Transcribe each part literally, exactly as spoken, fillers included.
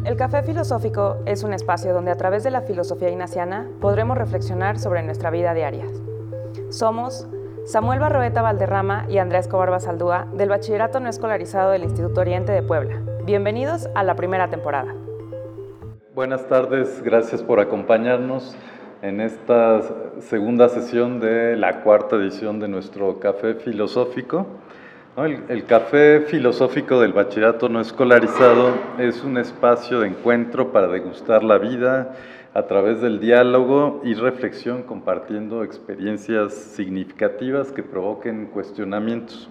El Café Filosófico es un espacio donde a través de la filosofía ignaciana podremos reflexionar sobre nuestra vida diaria. Somos Samuel Barroeta Valderrama y Andrea Escobar Basaldúa del Bachillerato No Escolarizado del Instituto Oriente de Puebla. Bienvenidos a la primera temporada. Buenas tardes, gracias por acompañarnos en esta segunda sesión de la cuarta edición de nuestro Café Filosófico. El, el Café Filosófico del Bachillerato No Escolarizado es un espacio de encuentro para degustar la vida a través del diálogo y reflexión, compartiendo experiencias significativas que provoquen cuestionamientos.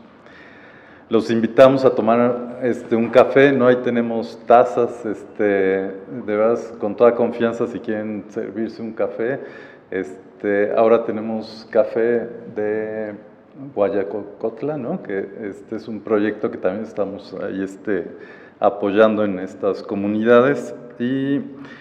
Los invitamos a tomar este, un café, ¿no? Ahí tenemos tazas, este, de verdad, con toda confianza si quieren servirse un café. Este, ahora tenemos café de Guayacocotla, ¿no? Que este es un proyecto que también estamos ahí este, apoyando en estas comunidades, y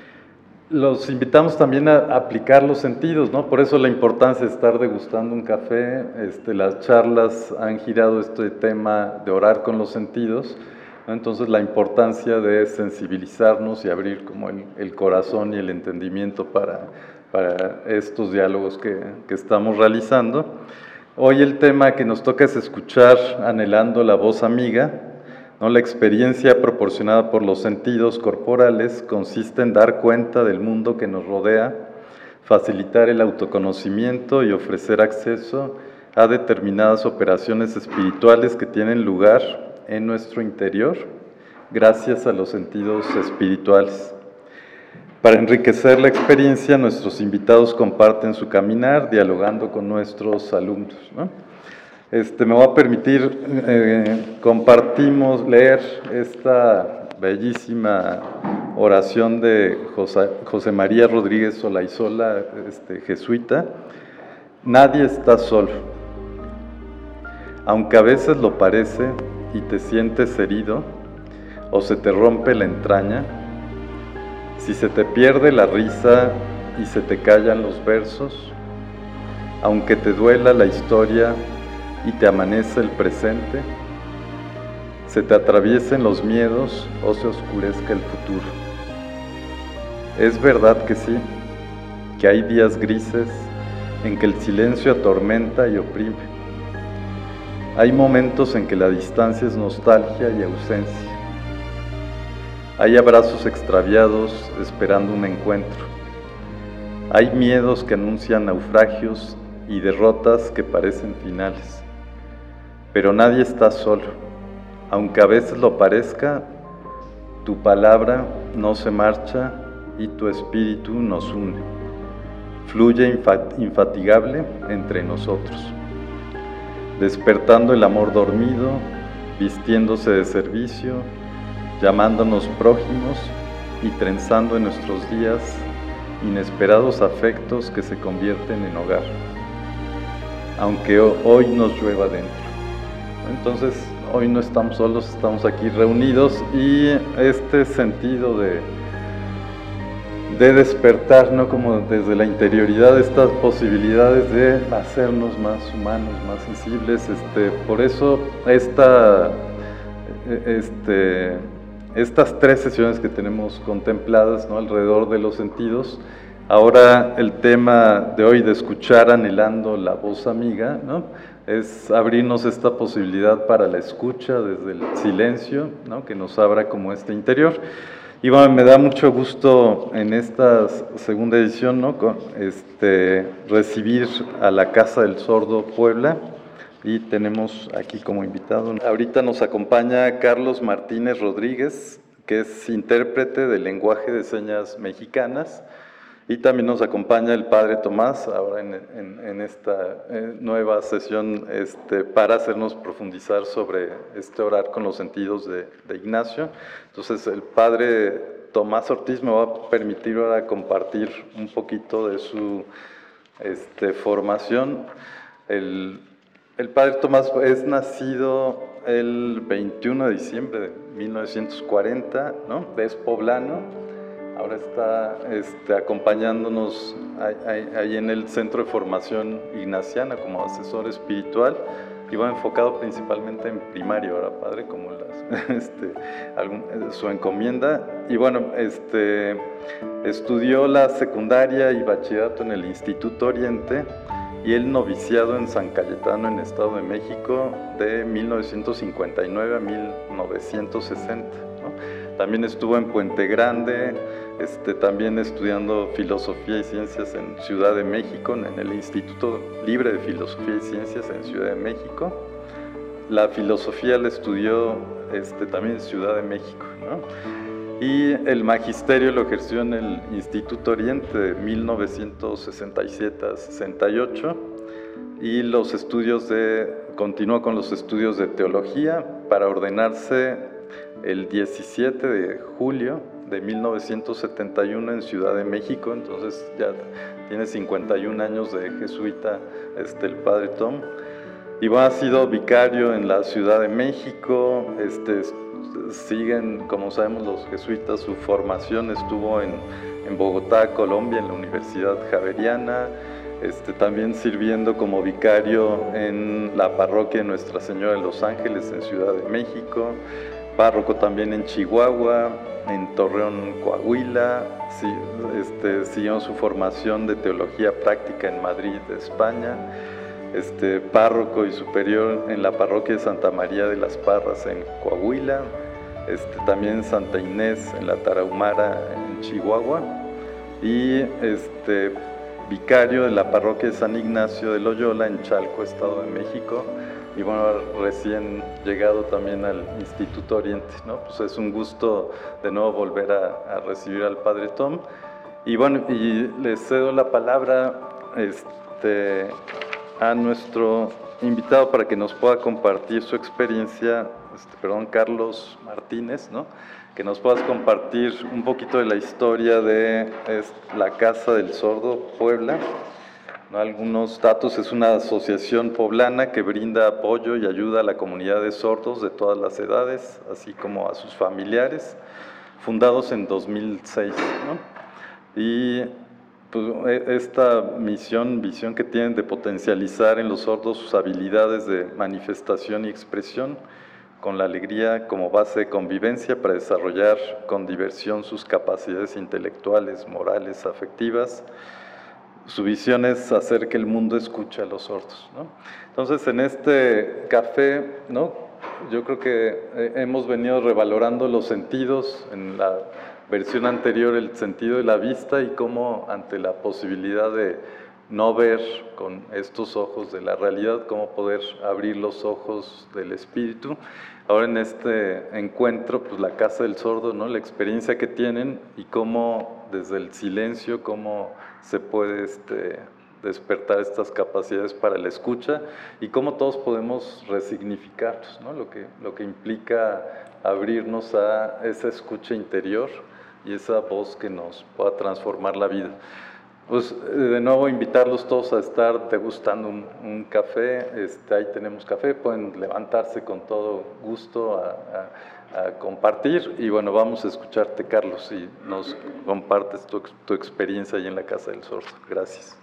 los invitamos también a aplicar los sentidos, ¿no? Por eso la importancia de estar degustando un café. Este, las charlas han girado este tema de orar con los sentidos, ¿no? Entonces la importancia de sensibilizarnos y abrir como el, el corazón y el entendimiento para, para estos diálogos que, que estamos realizando. Hoy el tema que nos toca es escuchar anhelando la voz amiga, ¿no? La experiencia proporcionada por los sentidos corporales consiste en dar cuenta del mundo que nos rodea, facilitar el autoconocimiento y ofrecer acceso a determinadas operaciones espirituales que tienen lugar en nuestro interior gracias a los sentidos espirituales. Para enriquecer la experiencia, nuestros invitados comparten su caminar, dialogando con nuestros alumnos, ¿no? Este, me voy a permitir, eh, compartimos, leer esta bellísima oración de José, José María Rodríguez Solaizola, este, jesuita. Nadie está solo. Aunque a veces lo parece y te sientes herido o se te rompe la entraña, si se te pierde la risa y se te callan los versos, aunque te duela la historia y te amanece el presente, se te atraviesen los miedos o se oscurezca el futuro. Es verdad que sí, que hay días grises en que el silencio atormenta y oprime. Hay momentos en que la distancia es nostalgia y ausencia. Hay abrazos extraviados esperando un encuentro. Hay miedos que anuncian naufragios y derrotas que parecen finales. Pero nadie está solo. Aunque a veces lo parezca, tu palabra no se marcha y tu espíritu nos une. Fluye infatigable entre nosotros, despertando el amor dormido, vistiéndose de servicio, llamándonos prójimos y trenzando en nuestros días inesperados afectos que se convierten en hogar, aunque hoy nos llueva dentro. Entonces, hoy no estamos solos, estamos aquí reunidos, y este sentido de, de despertar, ¿no? Como desde la interioridad, estas posibilidades de hacernos más humanos, más sensibles. Este, por eso esta, este, estas tres sesiones que tenemos contempladas, ¿no? Alrededor de los sentidos. Ahora el tema de hoy, de escuchar anhelando la voz amiga, ¿no? Es abrirnos esta posibilidad para la escucha desde el silencio, ¿no? Que nos abra como este interior. Y bueno, me da mucho gusto en esta segunda edición, ¿no? Con, este, recibir a la Casa del Sordo Puebla, y tenemos aquí como invitado. Ahorita nos acompaña Carlos Martínez Rodríguez, que es intérprete del lenguaje de señas mexicanas. Y también nos acompaña el Padre Tomás, ahora en, en, en esta eh, nueva sesión, este, para hacernos profundizar sobre este orar con los sentidos de, de Ignacio. Entonces, el Padre Tomás Ortiz me va a permitir ahora compartir un poquito de su este, formación. El, el Padre Tomás es nacido el veintiuno de diciembre de mil novecientos cuarenta, ¿no? Es poblano. Ahora está este, acompañándonos ahí, ahí en el Centro de Formación Ignaciana como asesor espiritual. iba enfocado principalmente en primario, era padre, como las, este, algún, su encomienda. Y bueno, este, estudió la secundaria y bachillerato en el Instituto Oriente y el noviciado en San Cayetano, en Estado de México, de mil novecientos cincuenta y nueve a mil novecientos sesenta, ¿no? También estuvo en Puente Grande, este, también estudiando Filosofía y Ciencias en Ciudad de México, en el Instituto Libre de Filosofía y Ciencias en Ciudad de México. La filosofía la estudió este, también en Ciudad de México, ¿no? Y el magisterio lo ejerció en el Instituto Oriente de mil novecientos sesenta y siete a sesenta y ocho, y los estudios de, continuó con los estudios de teología para ordenarse el diecisiete de julio de mil novecientos setenta y uno en Ciudad de México. Entonces ya tiene cincuenta y un años de jesuita este, el padre Tom. Y bueno, ha sido vicario en la Ciudad de México, este, siguen, como sabemos los jesuitas, su formación estuvo en, en Bogotá, Colombia, en la Universidad Javeriana, este, también sirviendo como vicario en la parroquia de Nuestra Señora de los Ángeles en Ciudad de México, párroco también en Chihuahua, en Torreón, Coahuila, sí, este, siguió su formación de teología práctica en Madrid, España, este, párroco y superior en la parroquia de Santa María de las Parras en Coahuila, este, también en Santa Inés en la Tarahumara en Chihuahua, y este, vicario de la parroquia de San Ignacio de Loyola en Chalco, Estado de México. Y bueno, recién llegado también al Instituto Oriente, ¿no? Pues es un gusto de nuevo volver a, a recibir al padre Tom. Y bueno, y le cedo la palabra este, a nuestro invitado para que nos pueda compartir su experiencia, este, perdón, Carlos Martínez, ¿no? Que nos puedas compartir un poquito de la historia de es, la Casa del Sordo, Puebla. ¿No? Algunos datos: es una asociación poblana que brinda apoyo y ayuda a la comunidad de sordos de todas las edades, así como a sus familiares, fundados en dos mil seis, ¿no? Y pues, esta misión, visión que tienen de potencializar en los sordos sus habilidades de manifestación y expresión, con la alegría como base de convivencia para desarrollar con diversión sus capacidades intelectuales, morales, afectivas. Su visión es hacer que el mundo escuche a los sordos, ¿no? Entonces, en este café, ¿no? Yo creo que hemos venido revalorando los sentidos. En la versión anterior, el sentido de la vista, y cómo ante la posibilidad de no ver con estos ojos de la realidad, cómo poder abrir los ojos del espíritu. Ahora en este encuentro, pues la Casa del Sordo, ¿no? La experiencia que tienen y cómo desde el silencio, cómo se puede este, despertar estas capacidades para la escucha, y cómo todos podemos resignificarlos, ¿no? Lo que, lo que implica abrirnos a esa escucha interior y esa voz que nos pueda transformar la vida. Pues de nuevo invitarlos todos a estar degustando un, un café. Este, ahí tenemos café, pueden levantarse con todo gusto a, a, a compartir. Y bueno, vamos a escucharte, Carlos, y nos compartes tu, tu experiencia ahí en la Casa del Sordo. Gracias.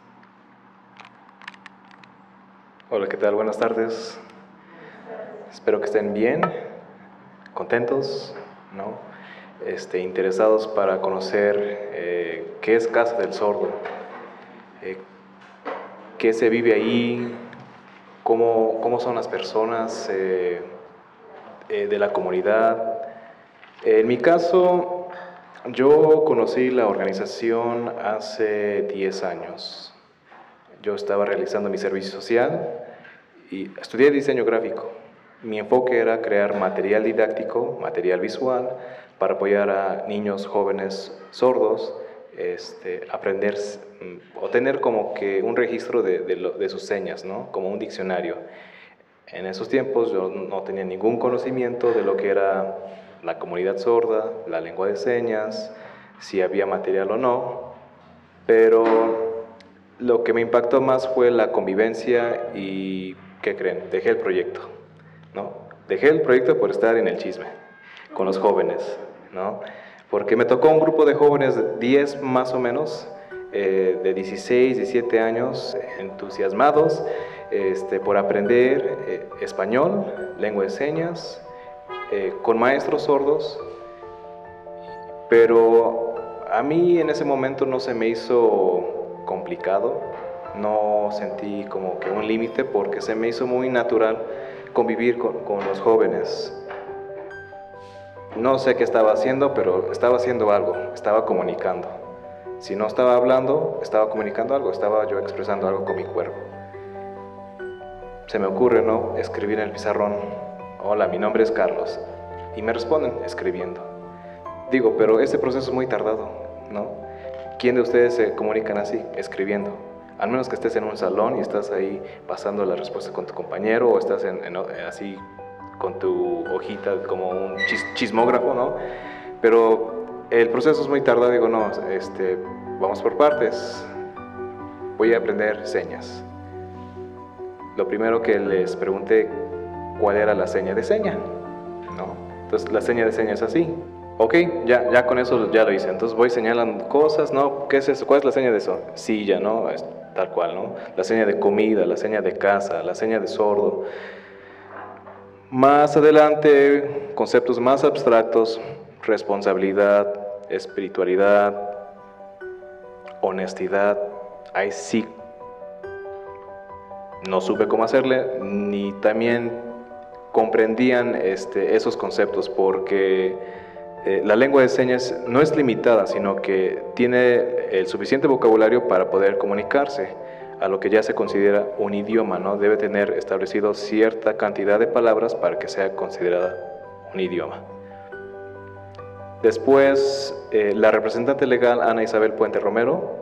Hola, ¿qué tal? Buenas tardes. Espero que estén bien, contentos, ¿no? Este, interesados para conocer eh, qué es Casa del Sordo, eh, qué se vive ahí, cómo, cómo son las personas eh, eh, de la comunidad. En mi caso, yo conocí la organización hace diez años. Yo estaba realizando mi servicio social y estudié diseño gráfico. Mi enfoque era crear material didáctico, material visual, para apoyar a niños jóvenes sordos, este, aprender o tener como que un registro de, de, lo, de sus señas, ¿no? Como un diccionario. En esos tiempos yo no tenía ningún conocimiento de lo que era la comunidad sorda, la lengua de señas, si había material o no, pero lo que me impactó más fue la convivencia y, ¿qué creen? Dejé el proyecto, ¿no? Dejé el proyecto por estar en el chisme con los jóvenes, ¿no? Porque me tocó un grupo de jóvenes, diez más o menos, eh, de dieciséis, diecisiete años, entusiasmados, este, por aprender eh, español, lengua de señas, eh, con maestros sordos, pero a mí en ese momento no se me hizo complicado, no sentí como que un límite porque se me hizo muy natural convivir con, con los jóvenes. No sé qué estaba haciendo, pero estaba haciendo algo, estaba comunicando. Si no estaba hablando, estaba comunicando algo, estaba yo expresando algo con mi cuerpo. Se me ocurre, ¿no?, escribir en el pizarrón: hola, mi nombre es Carlos. Y me responden escribiendo. Digo, pero este proceso es muy tardado, ¿no? ¿Quién de ustedes se comunican así, escribiendo? Al menos que estés en un salón y estás ahí pasando la respuesta con tu compañero, o estás en, en, así con tu hojita como un chis, chismógrafo, ¿no? Pero el proceso es muy tardado. Digo, no, este, vamos por partes. Voy a aprender señas. Lo primero que les pregunté, ¿cuál era la seña de seña? ¿No? Entonces, la seña de seña es así. Ok, ya, ya con eso ya lo hice. Entonces voy señalando cosas, ¿no? ¿Qué es eso? ¿Cuál es la seña de eso? Silla, ¿no? Es tal cual, ¿no? La seña de comida, la seña de casa, la seña de sordo. Más adelante, conceptos más abstractos: responsabilidad, espiritualidad, honestidad. Ahí sí no supe cómo hacerle, ni también comprendían este, esos conceptos, porque eh, la lengua de señas no es limitada, sino que tiene el suficiente vocabulario para poder comunicarse a lo que ya se considera un idioma, ¿no? Debe tener establecido cierta cantidad de palabras para que sea considerada un idioma. Después, eh, la representante legal, Ana Isabel Puente Romero,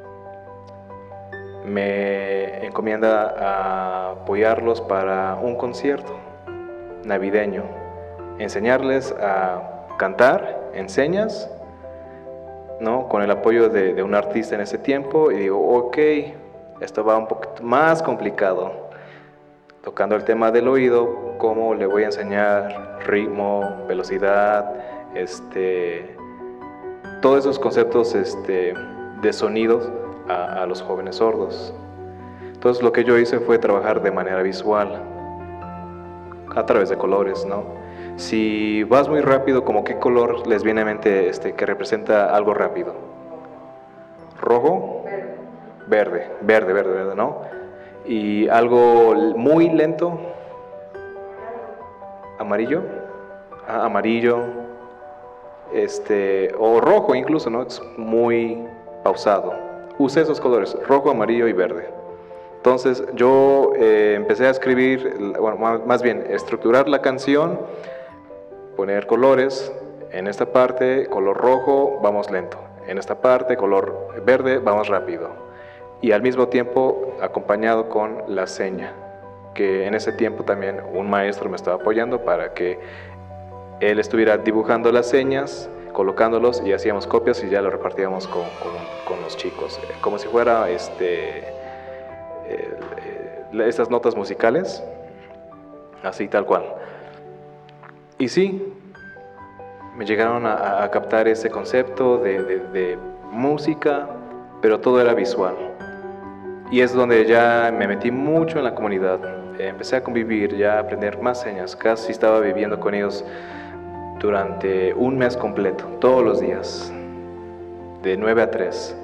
me encomienda a apoyarlos para un concierto navideño, enseñarles a cantar en señas, ¿no?, con el apoyo de, de un artista en ese tiempo. Y digo, ok, esto va un poquito más complicado, tocando el tema del oído. ¿Cómo le voy a enseñar ritmo, velocidad, este, todos esos conceptos este, de sonidos a, a los jóvenes sordos? Entonces lo que yo hice fue trabajar de manera visual, a través de colores, ¿no? Si vas muy rápido, ¿como qué color les viene a mente este, que representa algo rápido? ¿Rojo? Verde, verde, verde, verde, ¿no? Y algo muy lento, amarillo, ah, amarillo, este, o rojo incluso, ¿no? Es muy pausado. Usé esos colores, rojo, amarillo y verde. Entonces yo eh, empecé a escribir, bueno, más bien estructurar la canción, poner colores. En esta parte, color rojo, vamos lento. En esta parte, color verde, vamos rápido. Y al mismo tiempo acompañado con la seña, que en ese tiempo también un maestro me estaba apoyando para que él estuviera dibujando las señas, colocándolos, y hacíamos copias y ya lo repartíamos con, con, con los chicos, como si fuera este, eh, eh, estas notas musicales, así tal cual. Y sí, me llegaron a, a captar ese concepto de, de, de música, pero todo era visual. Y es donde ya me metí mucho en la comunidad. Eh, empecé a convivir, ya a aprender más señas. Casi estaba viviendo con ellos durante un mes completo, todos los días, de nueve a tres.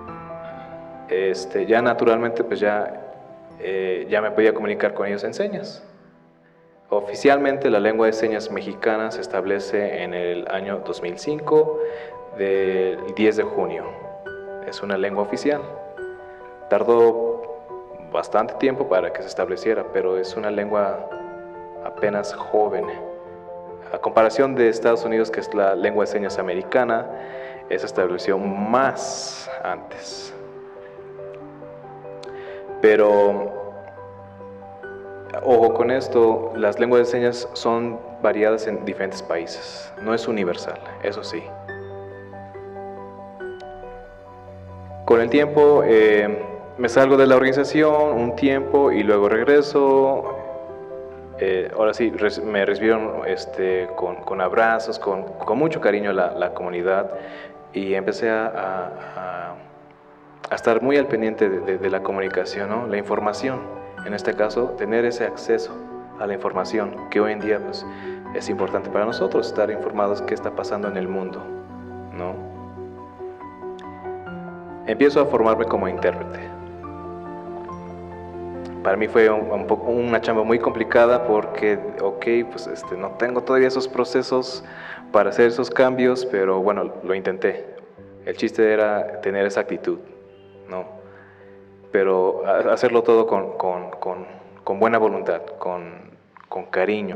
Este, ya naturalmente, pues ya, eh, ya me podía comunicar con ellos en señas. Oficialmente la lengua de señas mexicana se establece en el año dos mil cinco, del diez de junio. Es una lengua oficial. Tardó bastante tiempo para que se estableciera, pero es una lengua apenas joven. A comparación de Estados Unidos, que es la lengua de señas americana, se estableció más antes. Pero, ojo con esto, las lenguas de señas son variadas en diferentes países, no es universal, eso sí. Con el tiempo eh, me salgo de la organización un tiempo y luego regreso. Eh, ahora sí, res, me recibieron este, con, con abrazos, con, con mucho cariño la, la comunidad, y empecé a, a, a estar muy al pendiente de, de, de la comunicación, ¿no? La información. En este caso, tener ese acceso a la información que hoy en día pues, es importante para nosotros, estar informados de qué está pasando en el mundo, ¿no? Empiezo a formarme como intérprete. Para mí fue un, un poco, una chamba muy complicada porque, ok, pues este, no tengo todavía esos procesos para hacer esos cambios, pero bueno, lo intenté. El chiste era tener esa actitud, ¿no? Pero hacerlo todo con, con, con, con buena voluntad, con, con cariño.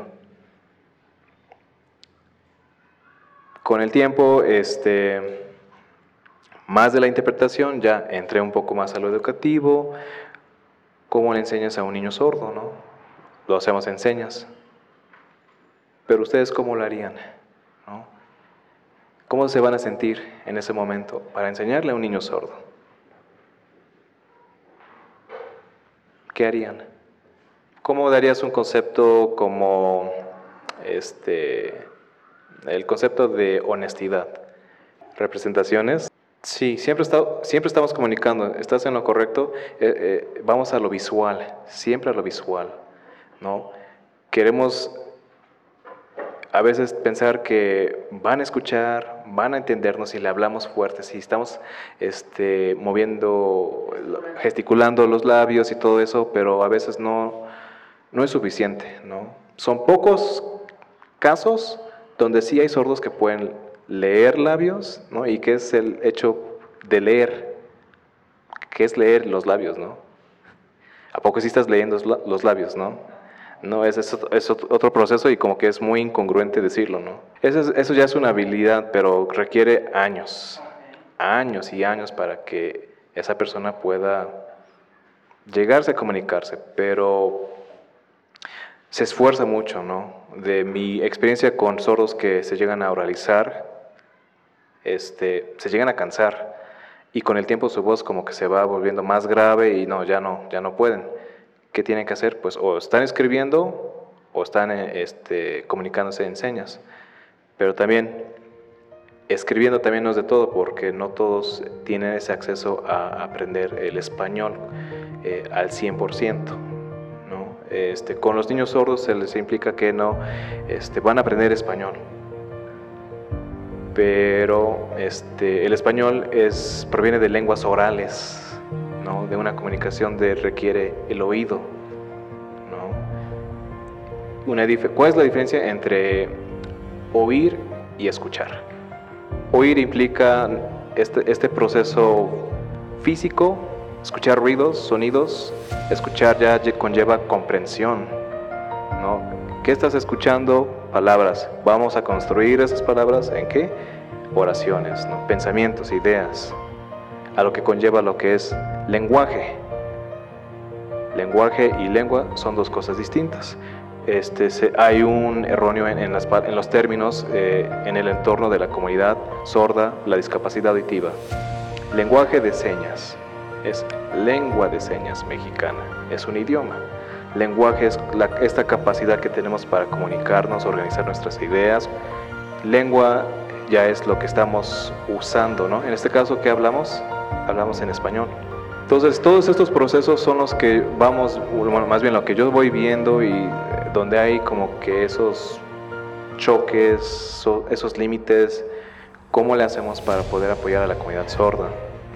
Con el tiempo, este, más de la interpretación, ya entré un poco más a lo educativo. ¿Cómo le enseñas a un niño sordo, no? Lo hacemos en señas. Pero ustedes, ¿cómo lo harían? ¿No? ¿Cómo se van a sentir en ese momento para enseñarle a un niño sordo? ¿Qué harían? ¿Cómo darías un concepto como este, el concepto de honestidad? ¿Representaciones? Sí, siempre, está, siempre estamos comunicando, estás en lo correcto, eh, eh, vamos a lo visual, siempre a lo visual, ¿no? Queremos a veces pensar que van a escuchar, van a entendernos si le hablamos fuerte, si estamos este, moviendo, gesticulando los labios y todo eso, pero a veces no, no es suficiente, ¿no? Son pocos casos donde sí hay sordos que pueden leer labios, ¿no? Y qué es el hecho de leer, qué es leer los labios, ¿no? ¿A poco sí estás leyendo los labios, no? No, es, es, es otro proceso y como que es muy incongruente decirlo, ¿no? Eso, eso ya es una habilidad, pero requiere años, años y años para que esa persona pueda llegarse a comunicarse, pero se esfuerza mucho, ¿no? De mi experiencia con sordos que se llegan a oralizar, este, se llegan a cansar y con el tiempo su voz como que se va volviendo más grave y no, ya no, ya no pueden. ¿Qué tienen que hacer? Pues o están escribiendo o están este, comunicándose en señas. Pero también, escribiendo también no es de todo, porque no todos tienen ese acceso a aprender el español eh, al cien por ciento. ¿No? Este, con los niños sordos se les implica que no este, van a aprender español. Pero este, el español es, proviene de lenguas orales, ¿no? De una comunicación que requiere el oído, ¿no? Una dif- ¿Cuál es la diferencia entre oír y escuchar? Oír implica este, este proceso físico, escuchar ruidos, sonidos. Escuchar ya conlleva comprensión, ¿no? ¿Qué estás escuchando? Palabras. Vamos a construir esas palabras ¿en qué? Oraciones, ¿no? Pensamientos, ideas. A lo que conlleva lo que es lenguaje. Lenguaje y lengua son dos cosas distintas. Este, se, hay un erróneo en, en, las, en los términos eh, en el entorno de la comunidad sorda, la discapacidad auditiva. Lenguaje de señas es lengua de señas mexicana, es un idioma. Lenguaje es la, esta capacidad que tenemos para comunicarnos, organizar nuestras ideas. Lengua ya es lo que estamos usando, ¿no? En este caso, ¿qué hablamos? Hablamos en español. Entonces, todos estos procesos son los que vamos, bueno, más bien lo que yo voy viendo y donde hay como que esos choques, esos límites, ¿cómo le hacemos para poder apoyar a la comunidad sorda?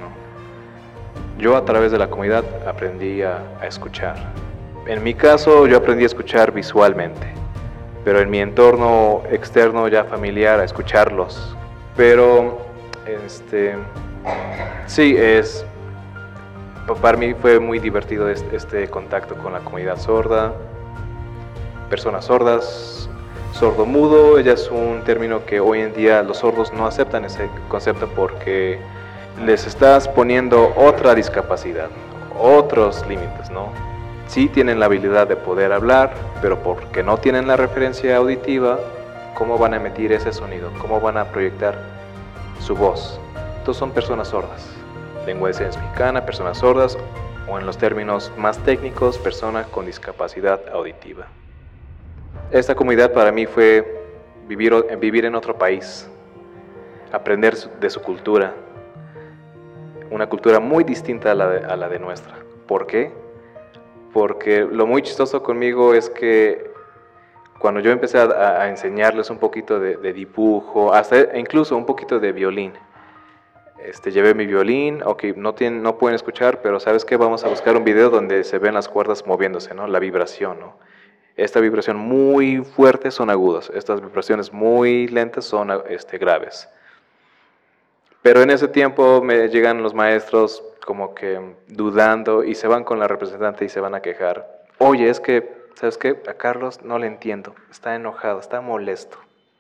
¿No? Yo a través de la comunidad aprendí a, a escuchar. En mi caso, yo aprendí a escuchar visualmente, pero en mi entorno externo ya familiar a escucharlos. Pero, este, sí, es, para mí fue muy divertido este, este contacto con la comunidad sorda, personas sordas, sordomudo, ya es un término que hoy en día los sordos no aceptan ese concepto porque les estás poniendo otra discapacidad, otros límites, ¿no? Sí tienen la habilidad de poder hablar, pero porque no tienen la referencia auditiva, ¿cómo van a emitir ese sonido? ¿Cómo van a proyectar su voz? Entonces son personas sordas. Lengua de señas mexicana, personas sordas, o en los términos más técnicos, persona con discapacidad auditiva. Esta comunidad para mí fue vivir, vivir en otro país, aprender de su cultura, una cultura muy distinta a la de, a la de nuestra. ¿Por qué? porque lo muy chistoso conmigo es que cuando yo empecé a, a enseñarles un poquito de, de dibujo, hasta incluso un poquito de violín, este, llevé mi violín, ok, no, tienen, no pueden escuchar, pero ¿sabes qué? Vamos a buscar un video donde se ven las cuerdas moviéndose, ¿no? La vibración, ¿no? Esta vibración muy fuerte son agudos, estas vibraciones muy lentas son este, graves. Pero en ese tiempo me llegan los maestros como que dudando y se van con la representante y se van a quejar. Oye, es que, ¿sabes qué? A Carlos no le entiendo, está enojado, está molesto.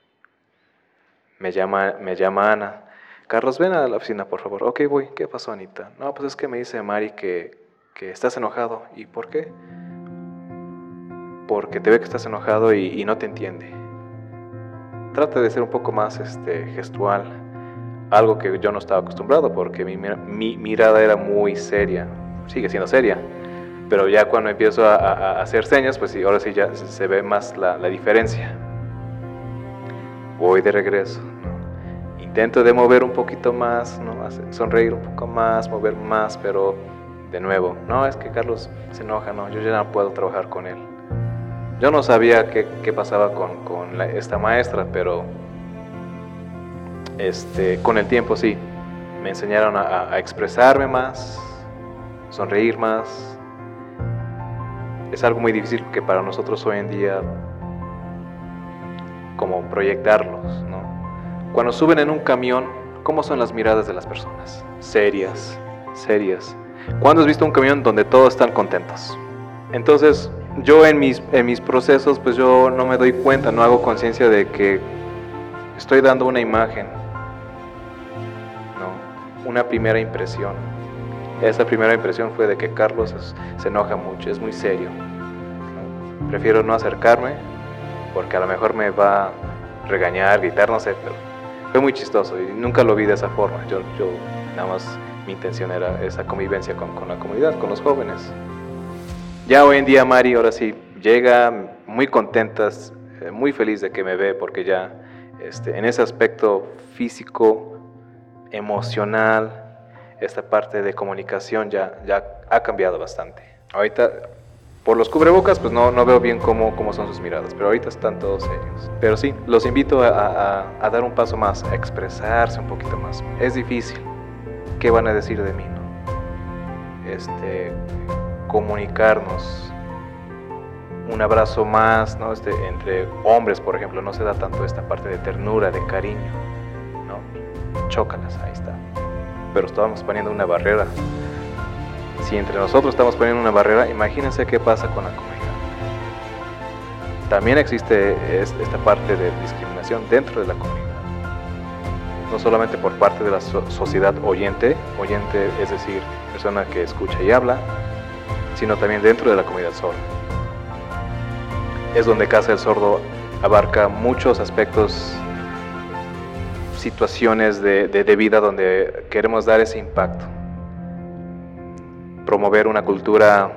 Me llama, me llama Ana. Carlos, ven a la oficina, por favor. Ok, voy. ¿Qué pasó, Anita? No, pues es que me dice Mari que, que estás enojado. ¿Y por qué? Porque te ve que estás enojado y, y no te entiende. Trata de ser un poco más este, gestual. Algo que yo no estaba acostumbrado porque mi, mi mirada era muy seria. Sigue siendo seria. Pero ya cuando empiezo a, a, a hacer señas, pues sí, ahora sí ya se ve más la, la diferencia. Voy de regreso. Intento de mover un poquito más, ¿no? Sonreír un poco más, mover más, pero de nuevo, no, es que Carlos se enoja, no, yo ya no puedo trabajar con él. Yo no sabía qué, qué pasaba con, con la, esta maestra, pero este, con el tiempo sí, me enseñaron a, a expresarme más, sonreír más. Es algo muy difícil que para nosotros hoy en día, como proyectarlos, ¿no? Cuando suben en un camión, ¿cómo son las miradas de las personas? Serias, serias. ¿Cuándo has visto un camión donde todos están contentos? Entonces, yo en mis, en mis procesos, pues yo no me doy cuenta, no hago conciencia de que estoy dando una imagen, ¿no? Una primera impresión. Esa primera impresión fue de que Carlos es, se enoja mucho, es muy serio, ¿no? Prefiero no acercarme, porque a lo mejor me va a regañar, gritar, no sé, pero fue muy chistoso y nunca lo vi de esa forma. Yo, yo nada más mi intención era esa convivencia con, con la comunidad, con los jóvenes. Ya hoy en día Mari ahora sí llega muy contenta, muy feliz de que me ve porque ya este, en ese aspecto físico, emocional, esta parte de comunicación ya, ya ha cambiado bastante. Ahorita por los cubrebocas, pues no, no veo bien cómo, cómo son sus miradas, pero ahorita están todos serios. Pero sí, los invito a, a, a dar un paso más, a expresarse un poquito más. Es difícil. ¿Qué van a decir de mí, no? Este, comunicarnos. Un abrazo más, ¿no? Este, entre hombres, por ejemplo, no se da tanto esta parte de ternura, de cariño, ¿no? Chócalas, ahí está. Pero estábamos poniendo una barrera. Si entre nosotros estamos poniendo una barrera, imagínense qué pasa con la comunidad. También existe esta parte de discriminación dentro de la comunidad. No solamente por parte de la sociedad oyente, oyente es decir, persona que escucha y habla, sino también dentro de la comunidad sorda. Es donde Casa del Sordo abarca muchos aspectos, situaciones de, de, de vida donde queremos dar ese impacto. Promover una cultura,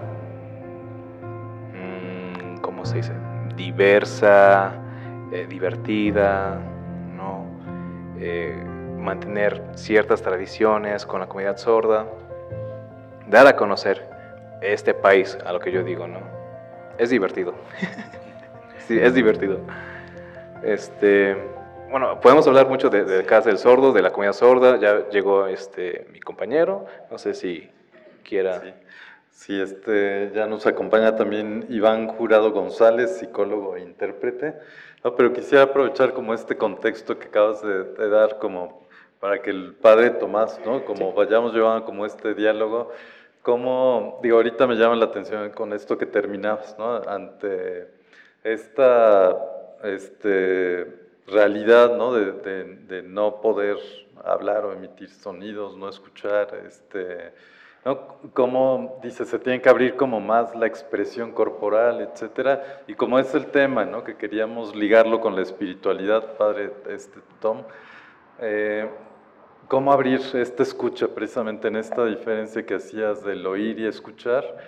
mmm, ¿cómo se dice? Diversa, eh, divertida, ¿no? Eh, mantener ciertas tradiciones con la comunidad sorda, dar a conocer este país, a lo que yo digo, ¿no? Es divertido. Sí, es divertido. Este, bueno, podemos hablar mucho de, de Casa del Sordo, de la comunidad sorda. Ya llegó este, mi compañero, no sé si quiera. Sí, sí, este, ya nos acompaña también Iván Jurado González, psicólogo e intérprete. No, pero quisiera aprovechar como este contexto que acabas de, de dar, como para que el padre Tomás, ¿no? Como sí. Vayamos llevando como este diálogo, como, digo, ahorita me llama la atención con esto que terminabas, ¿no? Ante esta este, realidad, ¿no? De, de, de no poder hablar o emitir sonidos, no escuchar, este... ¿no? Como dice, se tiene que abrir como más la expresión corporal, etcétera, y como es el tema, ¿no? Que queríamos ligarlo con la espiritualidad, padre este, Tom, eh, ¿cómo abrir esta escucha precisamente en esta diferencia que hacías del oír y escuchar?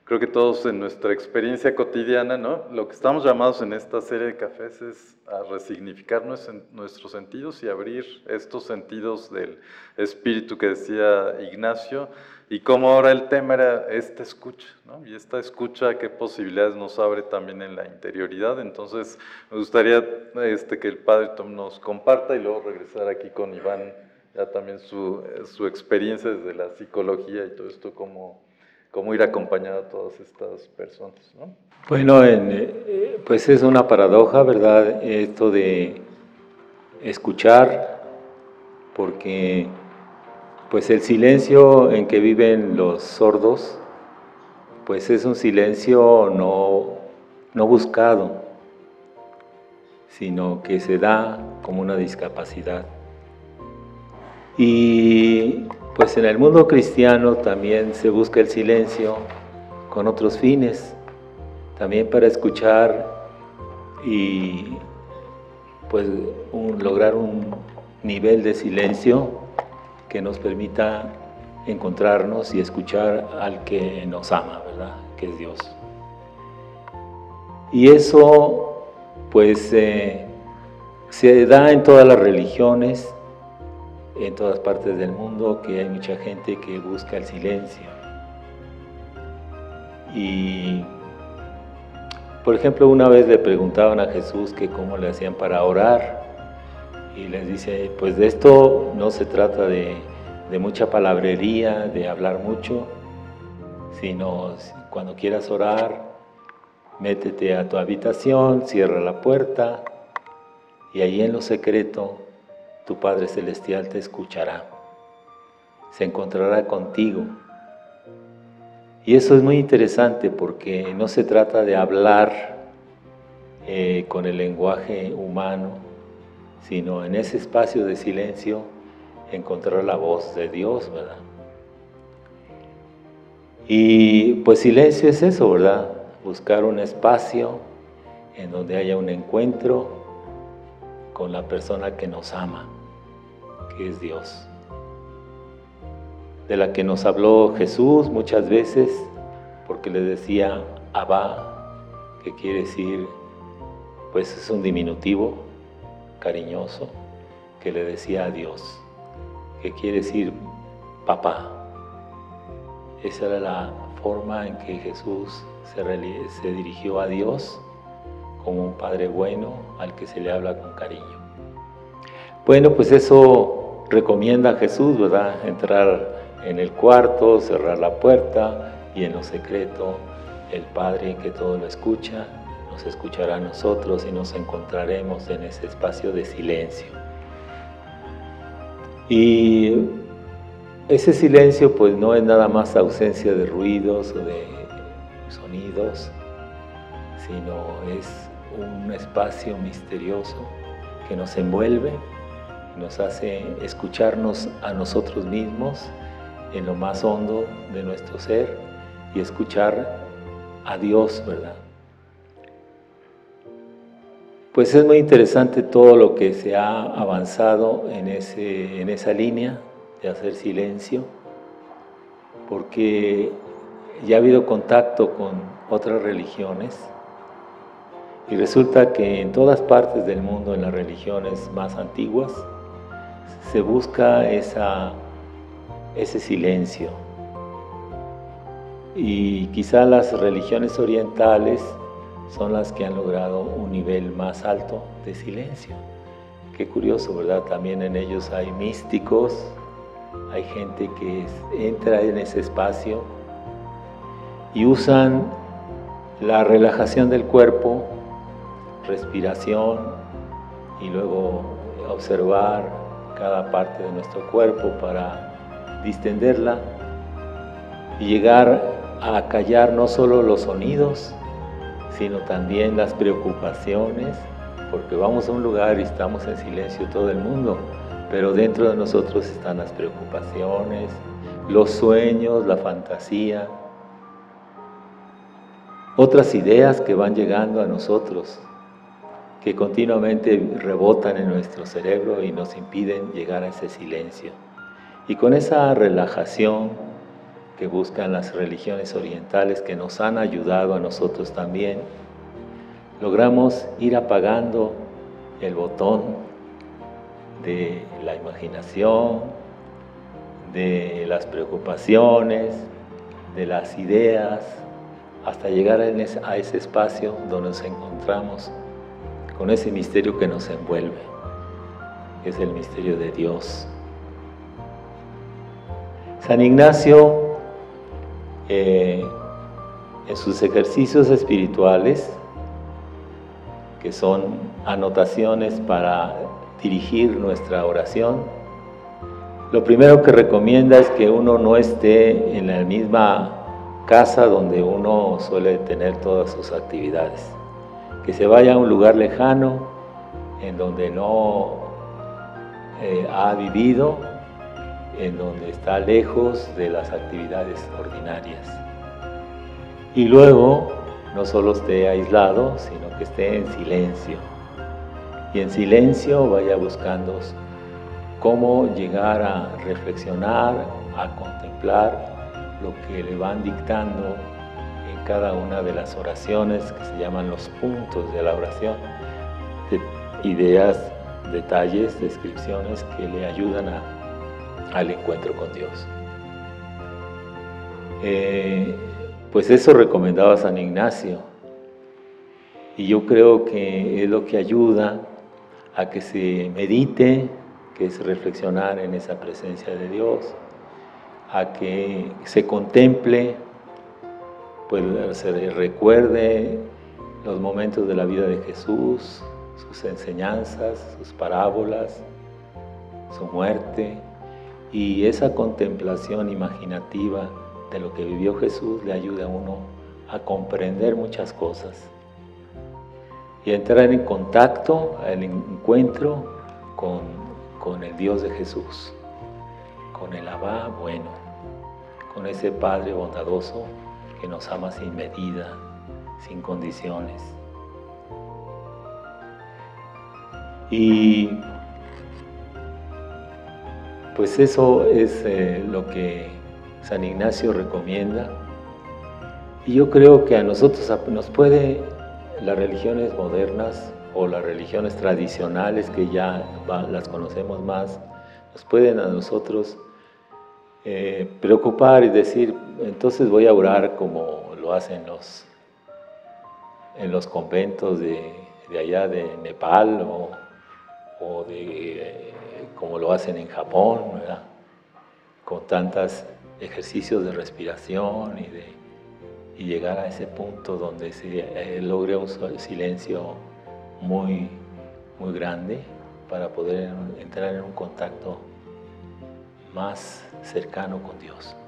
creo que todos en nuestra experiencia cotidiana, ¿no? Lo que estamos llamados en esta serie de cafés es a resignificar nuestros sentidos y abrir estos sentidos del espíritu que decía Ignacio, y cómo ahora el tema era esta escucha, ¿no? Y esta escucha, qué posibilidades nos abre también en la interioridad. Entonces, me gustaría este, que el Padre Tom nos comparta y luego regresar aquí con Iván, ya también su, su experiencia desde la psicología y todo esto, cómo, cómo ir acompañado a todas estas personas, ¿no? Bueno, en, eh, pues es una paradoja, ¿verdad? Esto de escuchar, porque pues el silencio en que viven los sordos, pues es un silencio no, no buscado, sino que se da como una discapacidad. Y pues en el mundo cristiano también se busca el silencio con otros fines, también para escuchar y pues un, lograr un nivel de silencio que nos permita encontrarnos y escuchar al que nos ama, ¿verdad? Que es Dios. Y eso pues eh, se da en todas las religiones, en todas partes del mundo, que hay mucha gente que busca el silencio. Y por ejemplo, una vez le preguntaban a Jesús que cómo le hacían para orar, y les dice, pues de esto no se trata de, de mucha palabrería, de hablar mucho, sino cuando quieras orar, métete a tu habitación, cierra la puerta, y ahí en lo secreto, tu Padre Celestial te escuchará, se encontrará contigo. Y eso es muy interesante porque no se trata de hablar eh, con el lenguaje humano, sino en ese espacio de silencio encontrar la voz de Dios, ¿verdad? Y pues silencio es eso, ¿verdad? Buscar un espacio en donde haya un encuentro con la persona que nos ama, que es Dios, de la que nos habló Jesús muchas veces, porque le decía Abba, que quiere decir, pues es un diminutivo cariñoso, que le decía a Dios, que quiere decir papá. Esa era la forma en que Jesús se, se dirigió a Dios, como un padre bueno al que se le habla con cariño. Bueno, pues eso recomienda a Jesús, ¿verdad? Entrar en el cuarto, cerrar la puerta y en lo secreto el Padre que todo lo escucha, nos escuchará a nosotros y nos encontraremos en ese espacio de silencio. Y ese silencio pues no es nada más ausencia de ruidos o de sonidos, sino es un espacio misterioso que nos envuelve y nos hace escucharnos a nosotros mismos en lo más hondo de nuestro ser y escuchar a Dios, ¿verdad? Pues es muy interesante todo lo que se ha avanzado en, ese, en esa línea de hacer silencio, porque ya ha habido contacto con otras religiones y resulta que en todas partes del mundo, en las religiones más antiguas, se busca esa, ese silencio. Y quizá las religiones orientales son las que han logrado un nivel más alto de silencio. Qué curioso, ¿verdad? También en ellos hay místicos, hay gente que entra en ese espacio y usan la relajación del cuerpo, respiración y luego observar cada parte de nuestro cuerpo para distenderla y llegar a callar no solo los sonidos, sino también las preocupaciones, porque vamos a un lugar y estamos en silencio todo el mundo, pero dentro de nosotros están las preocupaciones, los sueños, la fantasía, otras ideas que van llegando a nosotros, que continuamente rebotan en nuestro cerebro y nos impiden llegar a ese silencio. Y con esa relajación que buscan las religiones orientales, que nos han ayudado a nosotros también, logramos ir apagando el botón de la imaginación, de las preocupaciones, de las ideas, hasta llegar a ese espacio donde nos encontramos con ese misterio que nos envuelve, que es el misterio de Dios. San Ignacio, eh, en sus ejercicios espirituales, que son anotaciones para dirigir nuestra oración, lo primero que recomienda es que uno no esté en la misma casa donde uno suele tener todas sus actividades, que se vaya a un lugar lejano en donde no eh, ha vivido, en donde está lejos de las actividades ordinarias. Y luego no solo esté aislado, sino que esté en silencio. Y en silencio vaya buscando cómo llegar a reflexionar, a contemplar lo que le van dictando en cada una de las oraciones que se llaman los puntos de la oración, de ideas, detalles, descripciones que le ayudan a, al encuentro con Dios. Eh, pues eso recomendaba San Ignacio, y yo creo que es lo que ayuda a que se medite, que es reflexionar en esa presencia de Dios, a que se contemple, pues se recuerde los momentos de la vida de Jesús, sus enseñanzas, sus parábolas, su muerte, y esa contemplación imaginativa de lo que vivió Jesús le ayuda a uno a comprender muchas cosas y a entrar en contacto, al encuentro con, con el Dios de Jesús, con el Abba bueno, con ese Padre bondadoso que nos ama sin medida, sin condiciones. Y pues eso es eh, lo que San Ignacio recomienda. Y yo creo que a nosotros nos puede, las religiones modernas o las religiones tradicionales que ya va, las conocemos más, nos pueden a nosotros eh, preocupar y decir, entonces voy a orar como lo hacen los, en los conventos de, de allá de Nepal o, o de, eh, como lo hacen en Japón, ¿verdad? Con tantos ejercicios de respiración y de y llegar a ese punto donde se eh, logre un silencio muy, muy grande para poder entrar en un contacto más cercano con Dios.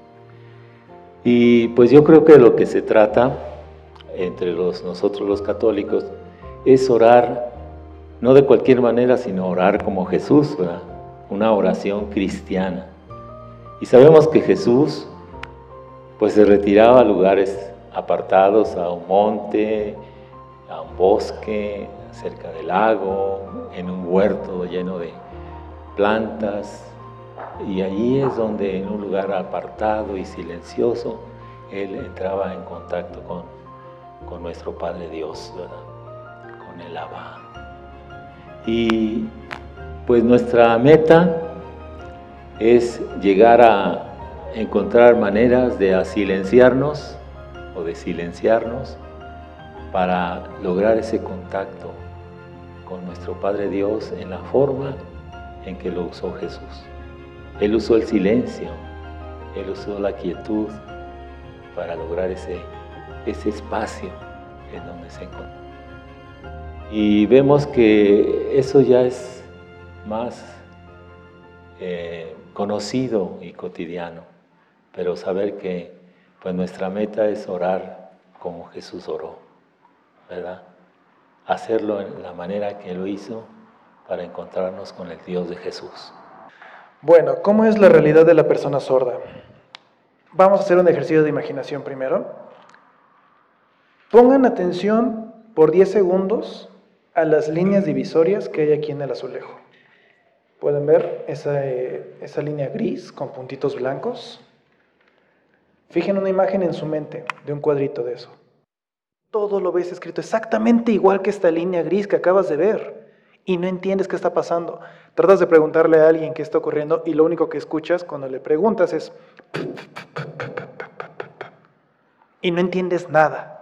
Y pues yo creo que lo que se trata entre los, nosotros los católicos es orar, no de cualquier manera, sino orar como Jesús, ¿verdad? Una oración cristiana. Y sabemos que Jesús pues se retiraba a lugares apartados, a un monte, a un bosque, cerca del lago, en un huerto lleno de plantas, y allí es donde en un lugar apartado y silencioso Él entraba en contacto con, con nuestro Padre Dios, ¿verdad? Con el Abba. Y pues nuestra meta es llegar a encontrar maneras de silenciarnos o de silenciarnos para lograr ese contacto con nuestro Padre Dios en la forma en que lo usó Jesús. Él usó el silencio, Él usó la quietud para lograr ese, ese espacio en donde se encontró. Y vemos que eso ya es más eh, conocido y cotidiano, pero saber que pues nuestra meta es orar como Jesús oró, ¿verdad? Hacerlo en la manera que lo hizo para encontrarnos con el Dios de Jesús. Bueno, ¿cómo es la realidad de la persona sorda? Vamos a hacer un ejercicio de imaginación primero. Pongan atención por diez segundos a las líneas divisorias que hay aquí en el azulejo. ¿Pueden ver esa, eh, esa línea gris con puntitos blancos? Fijen una imagen en su mente de un cuadrito de eso. Todo lo ves escrito exactamente igual que esta línea gris que acabas de ver y no entiendes qué está pasando. Tratas de preguntarle a alguien qué está ocurriendo y lo único que escuchas cuando le preguntas es y no entiendes nada.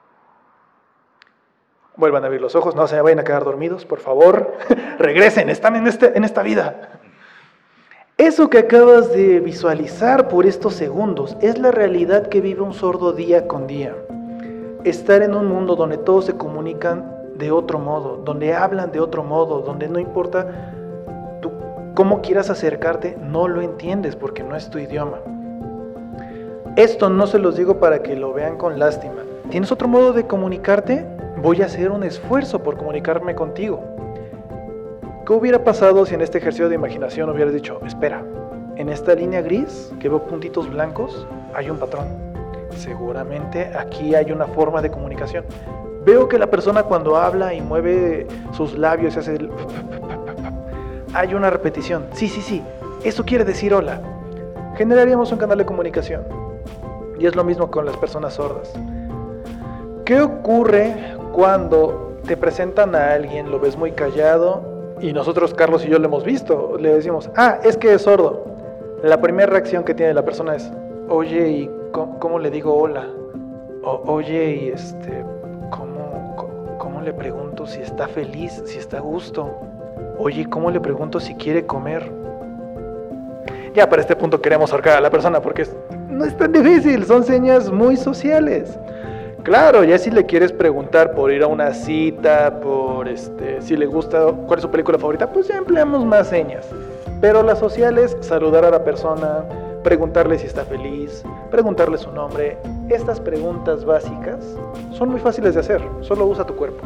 Vuelvan a abrir los ojos, no se vayan a quedar dormidos, por favor. Regresen, están en, este, en esta vida. Eso que acabas de visualizar por estos segundos es la realidad que vive un sordo día con día. Estar en un mundo donde todos se comunican de otro modo, donde hablan de otro modo, donde no importa tú cómo quieras acercarte, no lo entiendes porque no es tu idioma. Esto no se los digo para que lo vean con lástima. ¿Tienes otro modo de comunicarte? Voy a hacer un esfuerzo por comunicarme contigo. ¿Qué hubiera pasado si en este ejercicio de imaginación hubieras dicho, espera, en esta línea gris que veo puntitos blancos, hay un patrón? Seguramente aquí hay una forma de comunicación. Veo que la persona cuando habla y mueve sus labios y hace el... hay una repetición. Sí, sí, sí, eso quiere decir hola. Generaríamos un canal de comunicación. Y es lo mismo con las personas sordas. ¿Qué ocurre cuando te presentan a alguien, lo ves muy callado y nosotros, Carlos y yo, lo hemos visto? Le decimos, ah, es que es sordo. La primera reacción que tiene la persona es, oye, ¿y cómo, cómo le digo hola? O, oye, y este, ¿cómo, cómo, ¿cómo le pregunto si está feliz, si está a gusto? Oye, ¿cómo le pregunto si quiere comer? Ya para este punto queremos ahorcar a la persona porque es, no es tan difícil, son señas muy sociales. Claro, ya si le quieres preguntar por ir a una cita, por este, si le gusta, cuál es su película favorita, pues ya empleamos más señas. Pero las sociales, saludar a la persona, preguntarle si está feliz, preguntarle su nombre, estas preguntas básicas son muy fáciles de hacer, solo usa tu cuerpo.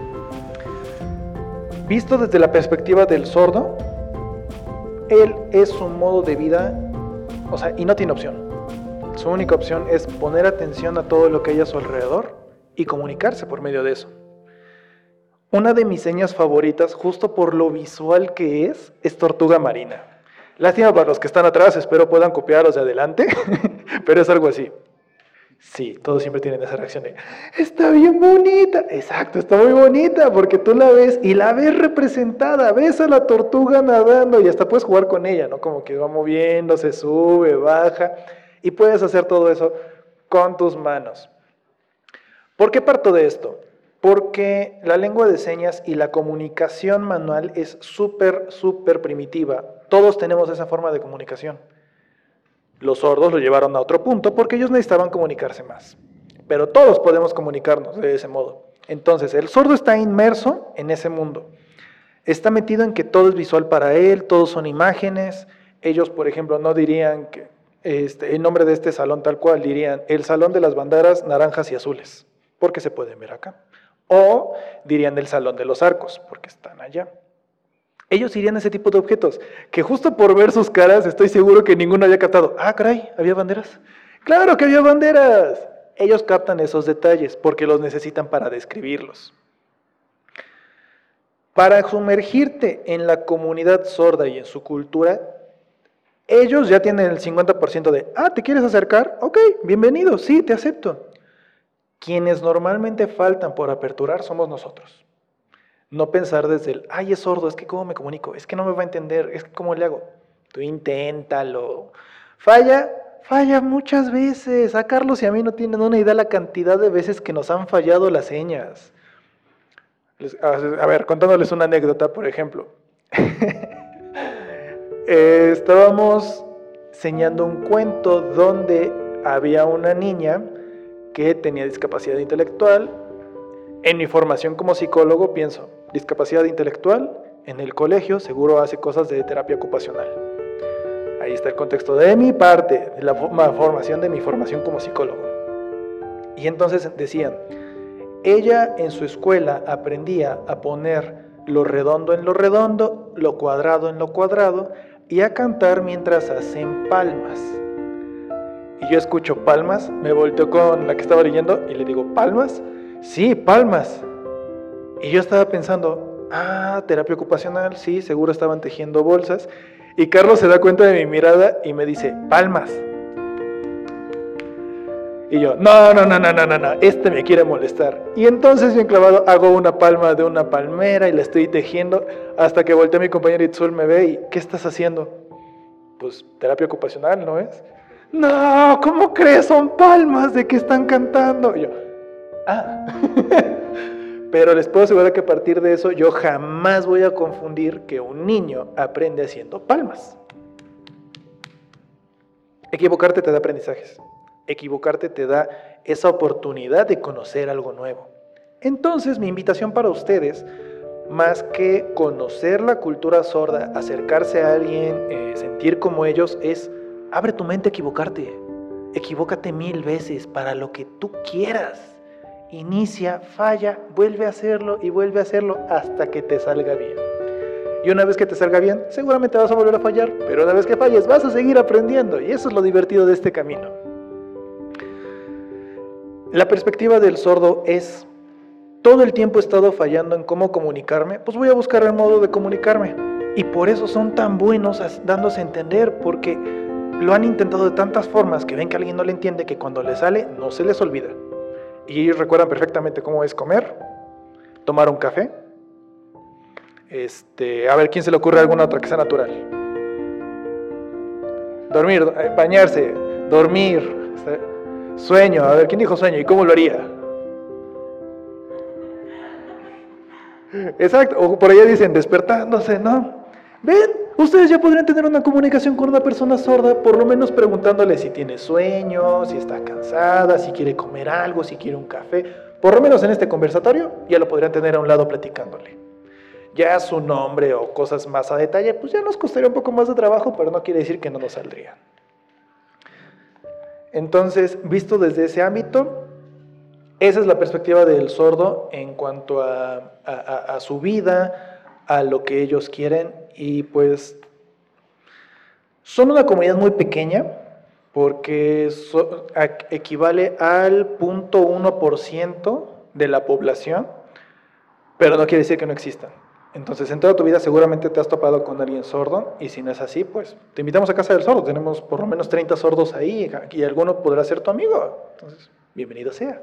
Visto desde la perspectiva del sordo, él es su modo de vida, o sea, y no tiene opción. Su única opción es poner atención a todo lo que hay a su alrededor y comunicarse por medio de eso. Una de mis señas favoritas, justo por lo visual que es, es tortuga marina. Lástima para los que están atrás, espero puedan copiarlos de adelante, pero es algo así. Sí, todos siempre tienen esa reacción de, está bien bonita. Exacto, está muy bonita porque tú la ves y la ves representada, ves a la tortuga nadando y hasta puedes jugar con ella, ¿no? Como que va moviendo, se sube, baja y puedes hacer todo eso con tus manos. ¿Por qué parto de esto? Porque la lengua de señas y la comunicación manual es súper, súper primitiva. Todos tenemos esa forma de comunicación. Los sordos lo llevaron a otro punto porque ellos necesitaban comunicarse más. Pero todos podemos comunicarnos de ese modo. Entonces, el sordo está inmerso en ese mundo. Está metido en que todo es visual para él, todos son imágenes. Ellos, por ejemplo, no dirían que este, el nombre de este salón tal cual, dirían el salón de las banderas naranjas y azules, porque se pueden ver acá. O dirían el salón de los arcos, porque están allá. Ellos irían a ese tipo de objetos, que justo por ver sus caras estoy seguro que ninguno había captado. Ah, caray, ¿había banderas? ¡Claro que había banderas! Ellos captan esos detalles porque los necesitan para describirlos. Para sumergirte en la comunidad sorda y en su cultura, ellos ya tienen el cincuenta por ciento de, ah, ¿te quieres acercar? Ok, bienvenido, sí, te acepto. Quienes normalmente faltan por aperturar somos nosotros. No pensar desde el, ay, es sordo, es que ¿cómo me comunico? Es que no me va a entender, es que ¿cómo le hago? Tú inténtalo. Falla, falla muchas veces. A Carlos y a mí no tienen una idea la cantidad de veces que nos han fallado las señas. A ver, contándoles una anécdota, por ejemplo. eh, estábamos señando un cuento donde había una niña que tenía discapacidad intelectual. En mi formación como psicólogo pienso, discapacidad intelectual, en el colegio seguro hace cosas de terapia ocupacional. Ahí está el contexto de mi parte, de la formación de mi formación como psicólogo. Y entonces decían, ella en su escuela aprendía a poner lo redondo en lo redondo, lo cuadrado en lo cuadrado, y a cantar mientras hacen palmas. Y yo escucho palmas, me volteo con la que estaba leyendo y le digo, ¿palmas? Sí, palmas. Y yo estaba pensando, ah, terapia ocupacional, sí, seguro estaban tejiendo bolsas. Y Carlos se da cuenta de mi mirada y me dice, palmas. Y yo, no, no, no, no, no, no, no, este me quiere molestar. Y entonces, bien clavado, hago una palma de una palmera y la estoy tejiendo hasta que voltea mi compañero Itzul, me ve y, ¿qué estás haciendo? Pues terapia ocupacional, ¿no es? No, ¿cómo crees? Son palmas de que están cantando. Y yo, ah. Pero les puedo asegurar que a partir de eso yo jamás voy a confundir que un niño aprende haciendo palmas. Equivocarte te da aprendizajes. Equivocarte te da esa oportunidad de conocer algo nuevo. Entonces, mi invitación para ustedes, más que conocer la cultura sorda, acercarse a alguien, eh, sentir como ellos, es abre tu mente a equivocarte. Equivócate mil veces para lo que tú quieras. Inicia, falla, vuelve a hacerlo y vuelve a hacerlo hasta que te salga bien. Y una vez que te salga bien, seguramente vas a volver a fallar, pero una vez que falles vas a seguir aprendiendo y eso es lo divertido de este camino. La perspectiva del sordo es, todo el tiempo he estado fallando en cómo comunicarme, pues voy a buscar el modo de comunicarme. Y por eso son tan buenos dándose a entender, porque lo han intentado de tantas formas que ven que alguien no le entiende, que cuando le sale no se les olvida. Y ellos recuerdan perfectamente cómo es comer, tomar un café, este, a ver quién se le ocurre alguna otra que sea natural. Dormir, bañarse, dormir, sueño, a ver, ¿quién dijo sueño y cómo lo haría? Exacto, o por allá dicen despertándose, ¿no? ¿Ven? Ustedes ya podrían tener una comunicación con una persona sorda, por lo menos preguntándole si tiene sueño, si está cansada, si quiere comer algo, si quiere un café. Por lo menos en este conversatorio ya lo podrían tener a un lado platicándole. Ya su nombre o cosas más a detalle, pues ya nos costaría un poco más de trabajo, pero no quiere decir que no nos saldría. Entonces, visto desde ese ámbito, esa es la perspectiva del sordo en cuanto a, a, a su vida, a lo que ellos quieren, y pues son una comunidad muy pequeña, porque so, a, equivale al cero punto uno por ciento de la población, pero no quiere decir que no existan. Entonces, en toda tu vida seguramente te has topado con alguien sordo, y si no es así, pues te invitamos a Casa del Sordo. Tenemos por lo menos treinta sordos ahí, y alguno podrá ser tu amigo. Entonces, bienvenido sea.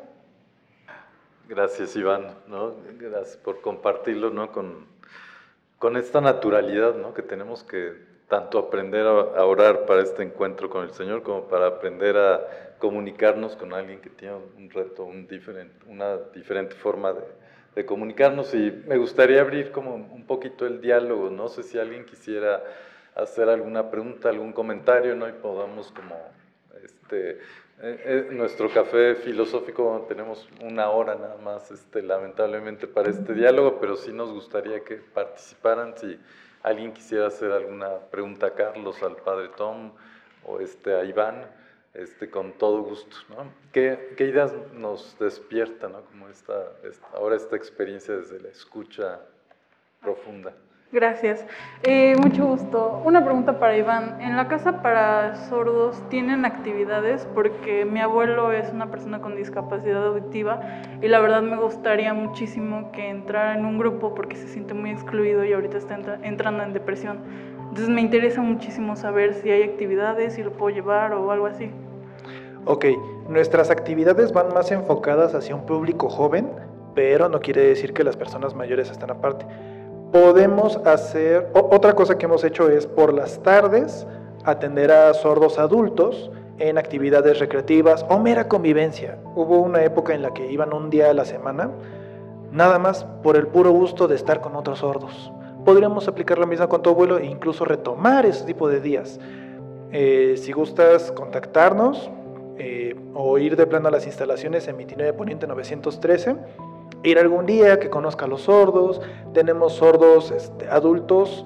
Gracias, Iván, ¿no? Gracias por compartirlo, ¿no? Con, con esta naturalidad, ¿no? Que tenemos que tanto aprender a, a orar para este encuentro con el Señor, como para aprender a comunicarnos con alguien que tiene un reto, un diferente, una diferente forma de, de comunicarnos. Y me gustaría abrir como un poquito el diálogo. No sé si alguien quisiera hacer alguna pregunta, algún comentario, ¿no? Y podamos como, este, eh, eh, nuestro café filosófico, tenemos una hora nada más, este, lamentablemente, para este diálogo, pero sí nos gustaría que participaran. Si alguien quisiera hacer alguna pregunta a Carlos, al Padre Tom, o este, a Iván, este, con todo gusto, ¿no? ¿Qué, qué ideas nos despierta, ¿no? Como esta, esta, ahora esta experiencia desde la escucha profunda? Gracias. Eh, mucho gusto. Una pregunta para Iván. ¿En la casa para sordos tienen actividades? Porque mi abuelo es una persona con discapacidad auditiva y la verdad me gustaría muchísimo que entrara en un grupo porque se siente muy excluido y ahorita está entra- entrando en depresión. Entonces me interesa muchísimo saber si hay actividades, si lo puedo llevar o algo así. Ok, nuestras actividades van más enfocadas hacia un público joven, pero no quiere decir que las personas mayores están aparte. Podemos hacer, o, otra cosa que hemos hecho es por las tardes atender a sordos adultos en actividades recreativas o mera convivencia. Hubo una época en la que iban un día a la semana, nada más por el puro gusto de estar con otros sordos. Podríamos aplicar lo mismo con tu abuelo e incluso retomar ese tipo de días. Eh, si gustas contactarnos eh, o ir de plano a las instalaciones en veintinueve Poniente novecientos trece, ir algún día que conozca a los sordos. Tenemos sordos este, adultos,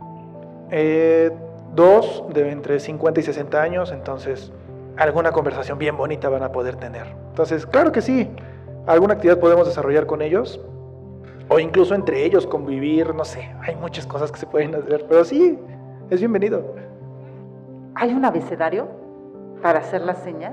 eh, dos de entre cincuenta y sesenta años, entonces alguna conversación bien bonita van a poder tener. Entonces, claro que sí, alguna actividad podemos desarrollar con ellos, o incluso entre ellos convivir, no sé, hay muchas cosas que se pueden hacer, pero sí, es bienvenido. ¿Hay un abecedario para hacer las señas?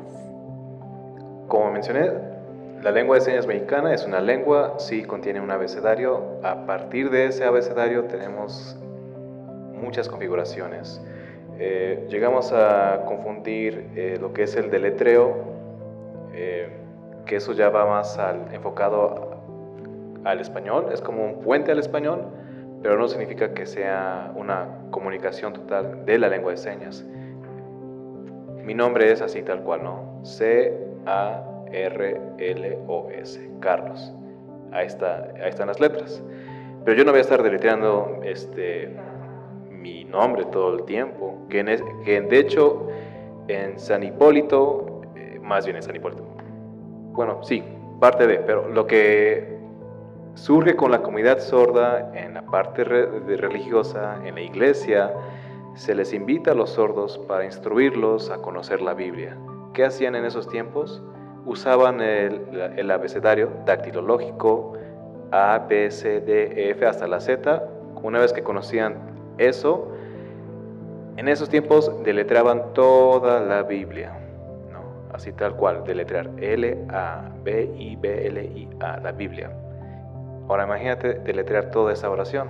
Como mencioné, la lengua de señas mexicana es una lengua, sí contiene un abecedario. A partir de ese abecedario tenemos muchas configuraciones. Eh, llegamos a confundir eh, lo que es el deletreo eh, que eso ya va más al, enfocado al español, es como un puente al español, pero no significa que sea una comunicación total de la lengua de señas. Mi nombre es así tal cual, ¿no? C A R L O S, Carlos. Ahí, está, ahí están las letras. Pero yo no voy a estar deletreando este, mi nombre todo el tiempo, que, en es, que de hecho en San Hipólito, eh, más bien en San Hipólito, bueno, sí, parte de, pero lo que surge con la comunidad sorda en la parte re, de religiosa, en la iglesia, se les invita a los sordos para instruirlos a conocer la Biblia. ¿Qué hacían en esos tiempos? Usaban el, el abecedario dactilológico, A, B, C, D, E, F, hasta la Z. Una vez que conocían eso, en esos tiempos deletreaban toda la Biblia, ¿no? Así tal cual, deletrear L, A, B, I, B, L, I, A, la Biblia. Ahora imagínate deletrear toda esa oración.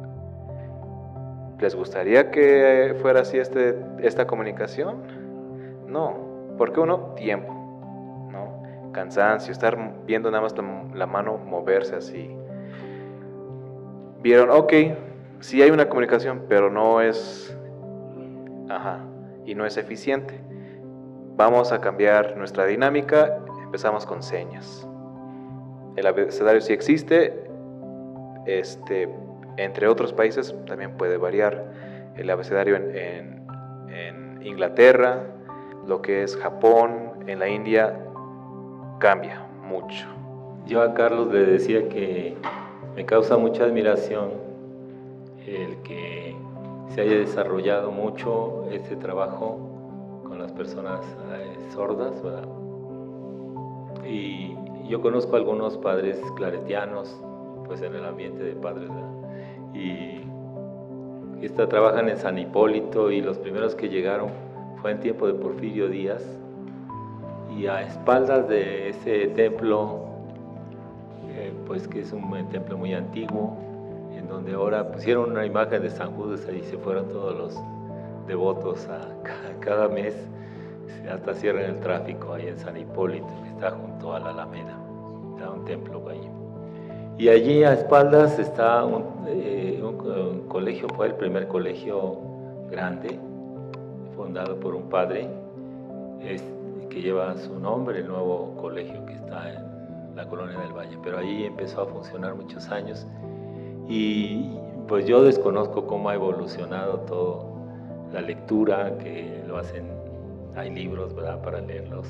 ¿Les gustaría que fuera así este, esta comunicación? No, porque uno, tiempo, ¿no? Cansancio, estar viendo nada más la, la mano moverse así. Vieron, ok, sí hay una comunicación, pero no es, ajá, y no es eficiente. Vamos a cambiar nuestra dinámica, empezamos con señas. El abecedario sí existe, este, entre otros países también puede variar. El abecedario en, en, en Inglaterra, lo que es Japón, en la India, cambia mucho. Yo a Carlos le decía que me causa mucha admiración el que se haya desarrollado mucho este trabajo con las personas eh, sordas, ¿verdad? Y yo conozco a algunos padres claretianos, pues en el ambiente de padres, ¿verdad? Y esta, trabajan en San Hipólito, y los primeros que llegaron fue en tiempo de Porfirio Díaz, y a espaldas de ese templo, eh, pues que es un templo muy antiguo, en donde ahora pusieron una imagen de San Judas, ahí se fueron todos los devotos a cada, cada mes, hasta cierran el tráfico ahí en San Hipólito, que está junto a la Alameda, está un templo ahí. Y allí a espaldas está un, eh, un, un colegio, fue el primer colegio grande, fundado por un padre, es, que lleva su nombre, el nuevo colegio que está en la Colonia del Valle. Pero allí empezó a funcionar muchos años, y pues yo desconozco cómo ha evolucionado todo, la lectura, que lo hacen, hay libros, ¿verdad?, para leerlos,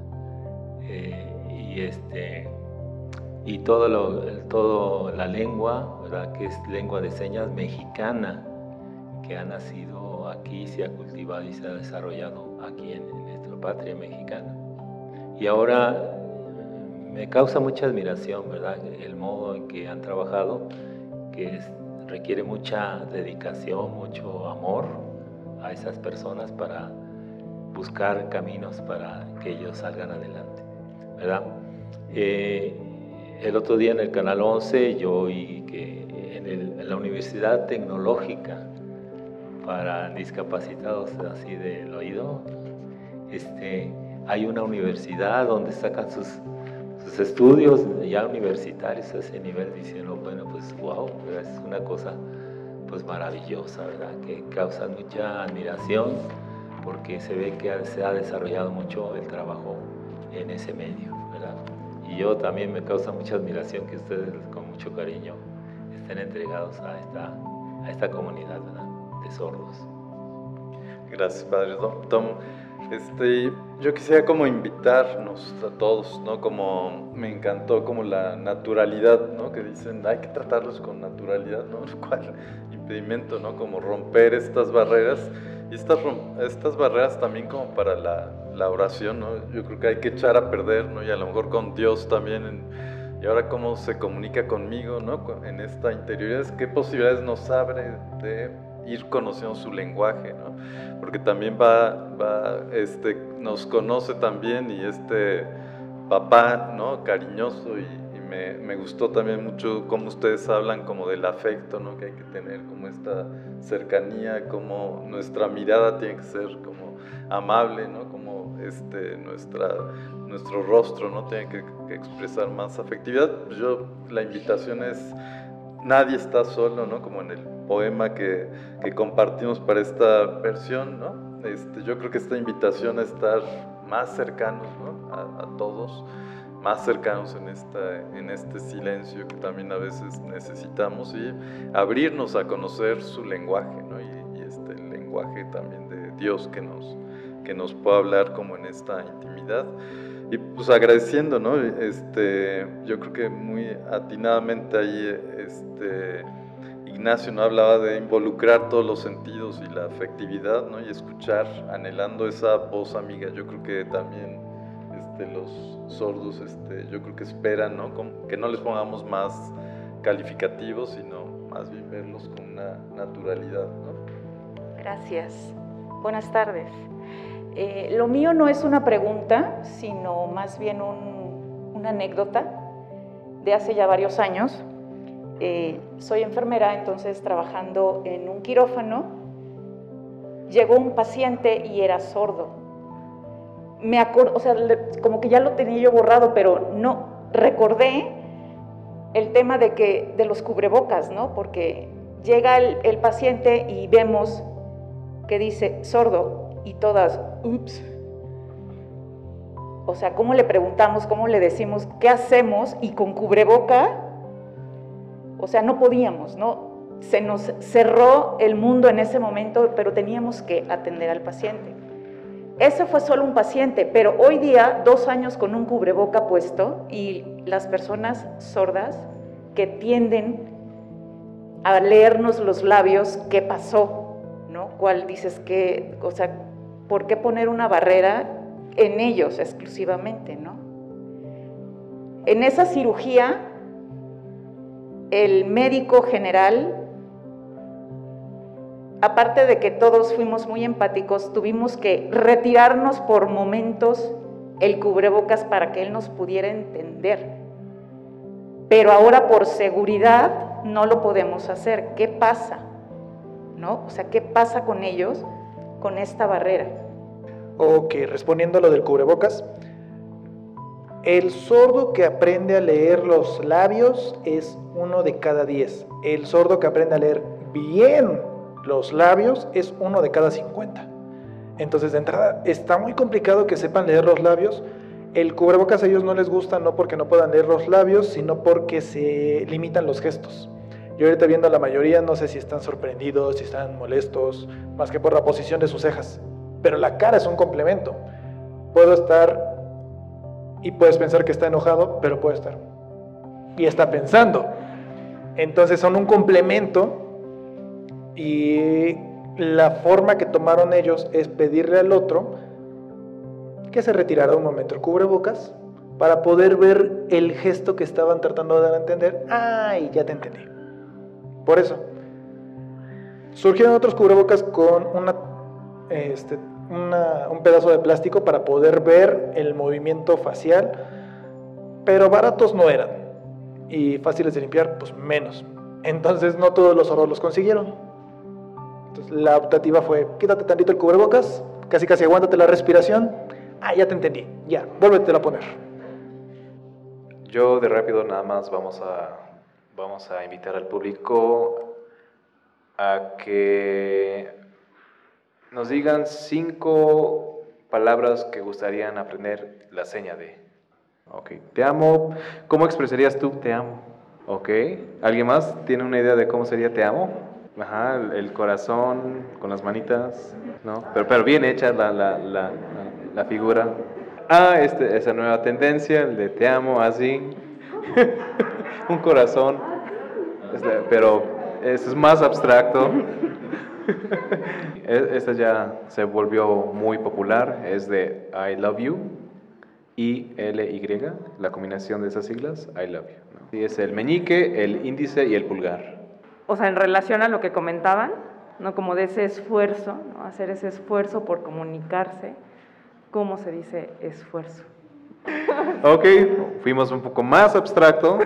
eh, y este... y todo, lo, todo la lengua, ¿verdad?, que es lengua de señas mexicana, que ha nacido aquí, se ha cultivado y se ha desarrollado aquí en, en nuestra patria mexicana. Y ahora me causa mucha admiración, ¿verdad?, el modo en que han trabajado, que es, requiere mucha dedicación, mucho amor a esas personas para buscar caminos para que ellos salgan adelante, ¿verdad? Eh, El otro día en el Canal once yo oí que en, el, en la Universidad Tecnológica para discapacitados así del oído, este, hay una universidad donde sacan sus, sus estudios ya universitarios a ese nivel, diciendo, bueno, pues wow, es una cosa pues maravillosa, ¿verdad?, que causa mucha admiración, porque se ve que se ha desarrollado mucho el trabajo en ese medio, ¿verdad? Y yo también me causa mucha admiración que ustedes con mucho cariño estén entregados a esta, a esta comunidad, ¿verdad?, de sordos. Gracias, Padre Tom. Este, yo quisiera como invitarnos a todos, ¿no? Como me encantó como la naturalidad, ¿no? Que dicen, hay que tratarlos con naturalidad, ¿no? ¿Cuál impedimento, ¿no? Como romper estas barreras. Y estas, estas barreras también como para la, la oración, ¿no? Yo creo que hay que echar a perder, ¿no? Y a lo mejor con Dios también. En, y ahora cómo se comunica conmigo, ¿no? En esta interioridad, ¿qué posibilidades nos abre de ir conociendo su lenguaje, ¿no? Porque también va, va este, nos conoce también, y este papá, ¿no?, cariñoso, y, y me, me gustó también mucho cómo ustedes hablan como del afecto, ¿no?, que hay que tener, como esta cercanía, como nuestra mirada tiene que ser como amable, ¿no? Como este, nuestra, nuestro rostro, ¿no? Tiene que, que expresar más afectividad. Yo, la invitación es, nadie está solo, ¿no? Como en el poema que, que compartimos para esta versión, ¿no? Este, yo creo que esta invitación a estar más cercanos, ¿no? a, a todos, más cercanos en, esta, en este silencio que también a veces necesitamos, y abrirnos a conocer su lenguaje, ¿no? y, y este el lenguaje también de Dios que nos, que nos pueda hablar como en esta intimidad. Y pues agradeciendo, ¿no? Este, yo creo que muy atinadamente ahí este, Ignacio, ¿no? Hablaba de involucrar todos los sentidos y la afectividad, ¿no? Y escuchar, anhelando esa voz amiga. Yo creo que también este, los sordos, este, yo creo que esperan, ¿no? Como que no les pongamos más calificativos, sino más bien verlos con una naturalidad, ¿no? Gracias. Buenas tardes. Eh, lo mío no es una pregunta, sino más bien un, una anécdota de hace ya varios años. Eh, soy enfermera, entonces trabajando en un quirófano, llegó un paciente y era sordo. Me acuerdo, o sea, como que ya lo tenía yo borrado, pero no, recordé el tema de, que, de los cubrebocas, ¿no? Porque llega el, el paciente y vemos que dice sordo, y todas, ups. O sea, ¿cómo le preguntamos, cómo le decimos, qué hacemos? Y con cubreboca, o sea, no podíamos, ¿no? Se nos cerró el mundo en ese momento, pero teníamos que atender al paciente. Ese fue solo un paciente, pero hoy día, dos años con un cubreboca puesto, y las personas sordas que tienden a leernos los labios, ¿qué pasó? ¿No? ¿Cuál dices que, o sea, por qué poner una barrera en ellos exclusivamente, ¿no? En esa cirugía, el médico general, aparte de que todos fuimos muy empáticos, tuvimos que retirarnos por momentos el cubrebocas para que él nos pudiera entender. Pero ahora por seguridad no lo podemos hacer. ¿Qué pasa? ¿No? O sea, ¿qué pasa con ellos con esta barrera? Ok, respondiendo a lo del cubrebocas, el sordo que aprende a leer los labios es uno de cada diez. El sordo que aprende a leer bien los labios es uno de cada cincuenta. Entonces, de entrada, está muy complicado que sepan leer los labios. El cubrebocas a ellos no les gusta, no porque no puedan leer los labios, sino porque se limitan los gestos. Yo ahorita viendo a la mayoría, no sé si están sorprendidos, si están molestos, más que por la posición de sus cejas. Pero la cara es un complemento. Puedo estar, y puedes pensar que está enojado, pero puede estar. Y está pensando. Entonces son un complemento, y la forma que tomaron ellos es pedirle al otro que se retirara un momento el cubrebocas para poder ver el gesto que estaban tratando de dar a entender. ¡Ay, ya te entendí! Por eso, surgieron otros cubrebocas con una, este, una, un pedazo de plástico para poder ver el movimiento facial, pero baratos no eran, y fáciles de limpiar, pues menos. Entonces no todos los sordos los consiguieron. Entonces la optativa fue, quítate tantito el cubrebocas, casi casi aguántate la respiración. Ah, ya te entendí, ya, vuélvetelo a poner. Yo de rápido nada más vamos a, vamos a invitar al público a que nos digan cinco palabras que gustarían aprender la seña de. Ok, te amo. ¿Cómo expresarías tú te amo? Ok, ¿alguien más tiene una idea de cómo sería te amo? Ajá, el, el corazón con las manitas, ¿no? Pero, pero bien hecha la, la, la, la, la figura. Ah, este, esa nueva tendencia, el de te amo, así. Un corazón. Pero eso es más abstracto. Esta ya se volvió muy popular, es de I love you, I L Y, la combinación de esas siglas, I love you, ¿no? Sí, es el meñique, el índice y el pulgar. O sea, en relación a lo que comentaban, ¿no? Como de ese esfuerzo, ¿no? Hacer ese esfuerzo por comunicarse. ¿Cómo se dice esfuerzo? Ok, fuimos un poco más abstracto.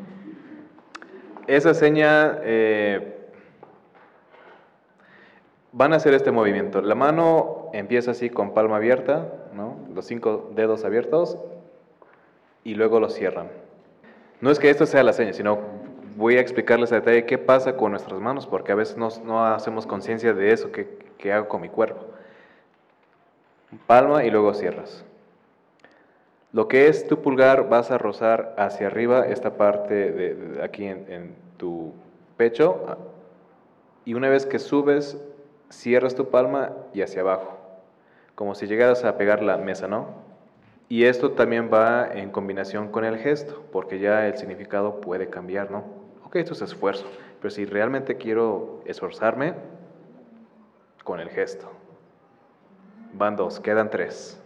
Esa seña, eh, van a hacer este movimiento. La mano empieza así con palma abierta, ¿no? Los cinco dedos abiertos, y luego los cierran. No es que esto sea la seña, sino voy a explicarles a detalle qué pasa con nuestras manos, porque a veces no, no hacemos conciencia de eso que, que hago con mi cuerpo. Palma y luego cierras. Lo que es tu pulgar, vas a rozar hacia arriba esta parte de, de aquí en, en tu pecho, y una vez que subes, cierras tu palma y hacia abajo, como si llegaras a pegar la mesa, ¿no? Y esto también va en combinación con el gesto, porque ya el significado puede cambiar, ¿no? Ok, esto es esfuerzo, pero si realmente quiero esforzarme, con el gesto. Van dos, quedan tres.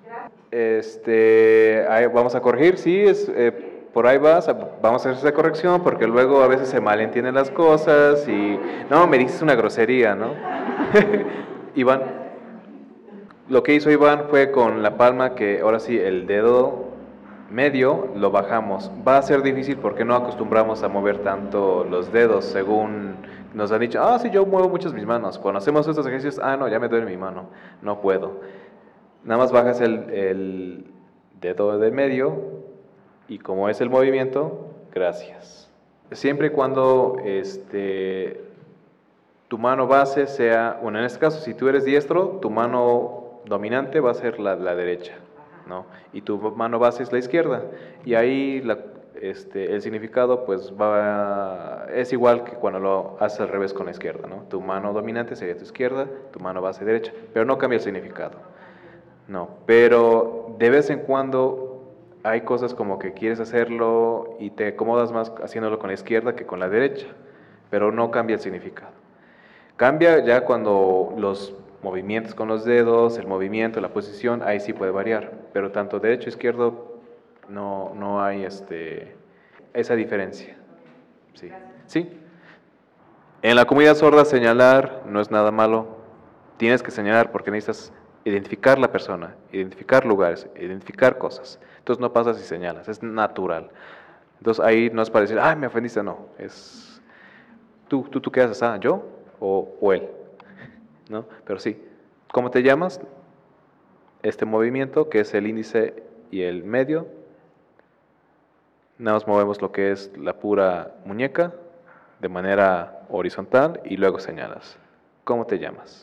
Este, ahí vamos a corregir, sí, es, eh, por ahí vas, vamos a hacer esa corrección, porque luego a veces se malentienden las cosas y, no, me dices una grosería, ¿no? Iván, lo que hizo Iván fue con la palma, que ahora sí, el dedo medio lo bajamos. Va a ser difícil porque no acostumbramos a mover tanto los dedos, según nos han dicho, ah, sí, yo muevo muchas mis manos. Cuando hacemos estos ejercicios, ah, no, ya me duele mi mano, no puedo. Nada más bajas el, el dedo de medio y como es el movimiento, gracias. Siempre y cuando este, tu mano base sea, bueno, en este caso, si tú eres diestro, tu mano dominante va a ser la, la derecha, ¿no? Y tu mano base es la izquierda. Y ahí la, este, el significado pues va, es igual que cuando lo haces al revés con la izquierda, ¿no? Tu mano dominante sería tu izquierda, tu mano base derecha, pero no cambia el significado. No, pero de vez en cuando hay cosas como que quieres hacerlo y te acomodas más haciéndolo con la izquierda que con la derecha, pero no cambia el significado. Cambia ya cuando los movimientos con los dedos, el movimiento, la posición, ahí sí puede variar, pero tanto derecho e izquierdo no, no hay este, esa diferencia. Sí. Sí. En la comunidad sorda señalar no es nada malo, tienes que señalar porque necesitas identificar la persona, identificar lugares, identificar cosas. Entonces no pasa si señalas, es natural. Entonces ahí no es para decir, ay, me ofendiste, no. Es, ¿tú, tú, tú qué haces? Ah, ¿yo? O, o él. ¿No? Pero sí, ¿cómo te llamas? Este movimiento, que es el índice y el medio. Nada más movemos lo que es la pura muñeca de manera horizontal y luego señalas. ¿Cómo te llamas?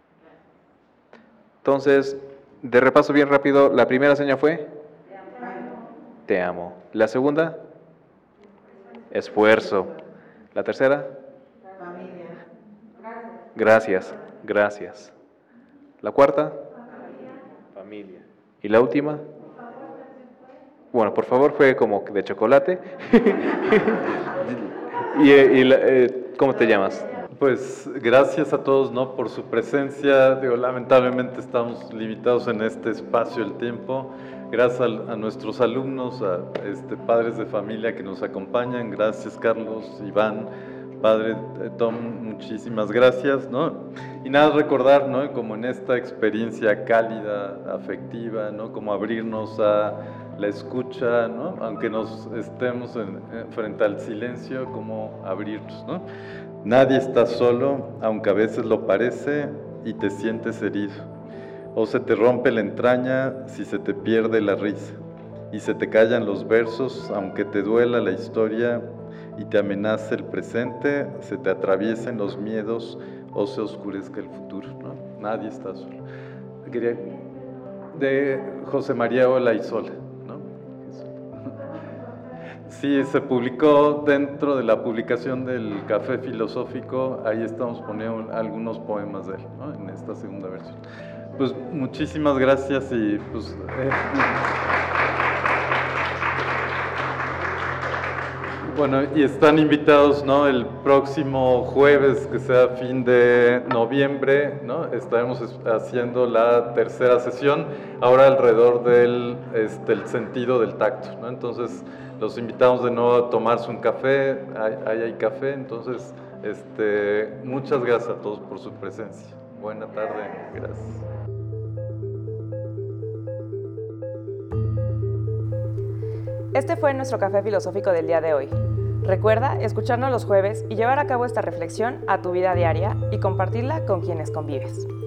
Entonces, de repaso bien rápido, la primera seña fue Te amo. Te amo. La segunda, esfuerzo. La tercera, familia. Gracias, gracias. La cuarta, familia. Familia. Y la última, bueno, por favor, fue como de chocolate. y, y la, eh, ¿cómo te llamas? Pues gracias a todos, ¿no?, por su presencia. Digo, lamentablemente estamos limitados en este espacio, el tiempo. Gracias a, a nuestros alumnos, a este, padres de familia que nos acompañan. Gracias, Carlos, Iván, padre Tom, muchísimas gracias, ¿no? Y nada, recordar, ¿no?, como en esta experiencia cálida, afectiva, ¿no?, como abrirnos a la escucha, ¿no?, aunque nos estemos en, en, frente al silencio, como abrirnos, ¿no? Nadie está solo, aunque a veces lo parece, y te sientes herido. O se te rompe la entraña si se te pierde la risa, y se te callan los versos, aunque te duela la historia y te amenaza el presente, se te atraviesen los miedos o se oscurezca el futuro, ¿no? Nadie está solo. Quería, de José María Olaizola, ¿no? Sí, se publicó dentro de la publicación del Café Filosófico, ahí estamos poniendo algunos poemas de él, ¿no?, en esta segunda versión. Pues muchísimas gracias y pues... Eh, Bueno, y están invitados, ¿no?, el próximo jueves, que sea fin de noviembre, ¿no?, estaremos haciendo la tercera sesión, ahora alrededor del este, el sentido del tacto, ¿no? Entonces, los invitamos de nuevo a tomarse un café, ahí hay café, entonces, este, muchas gracias a todos por su presencia. Buena tarde, gracias. Este fue nuestro café filosófico del día de hoy. Recuerda escucharnos los jueves y llevar a cabo esta reflexión a tu vida diaria y compartirla con quienes convives.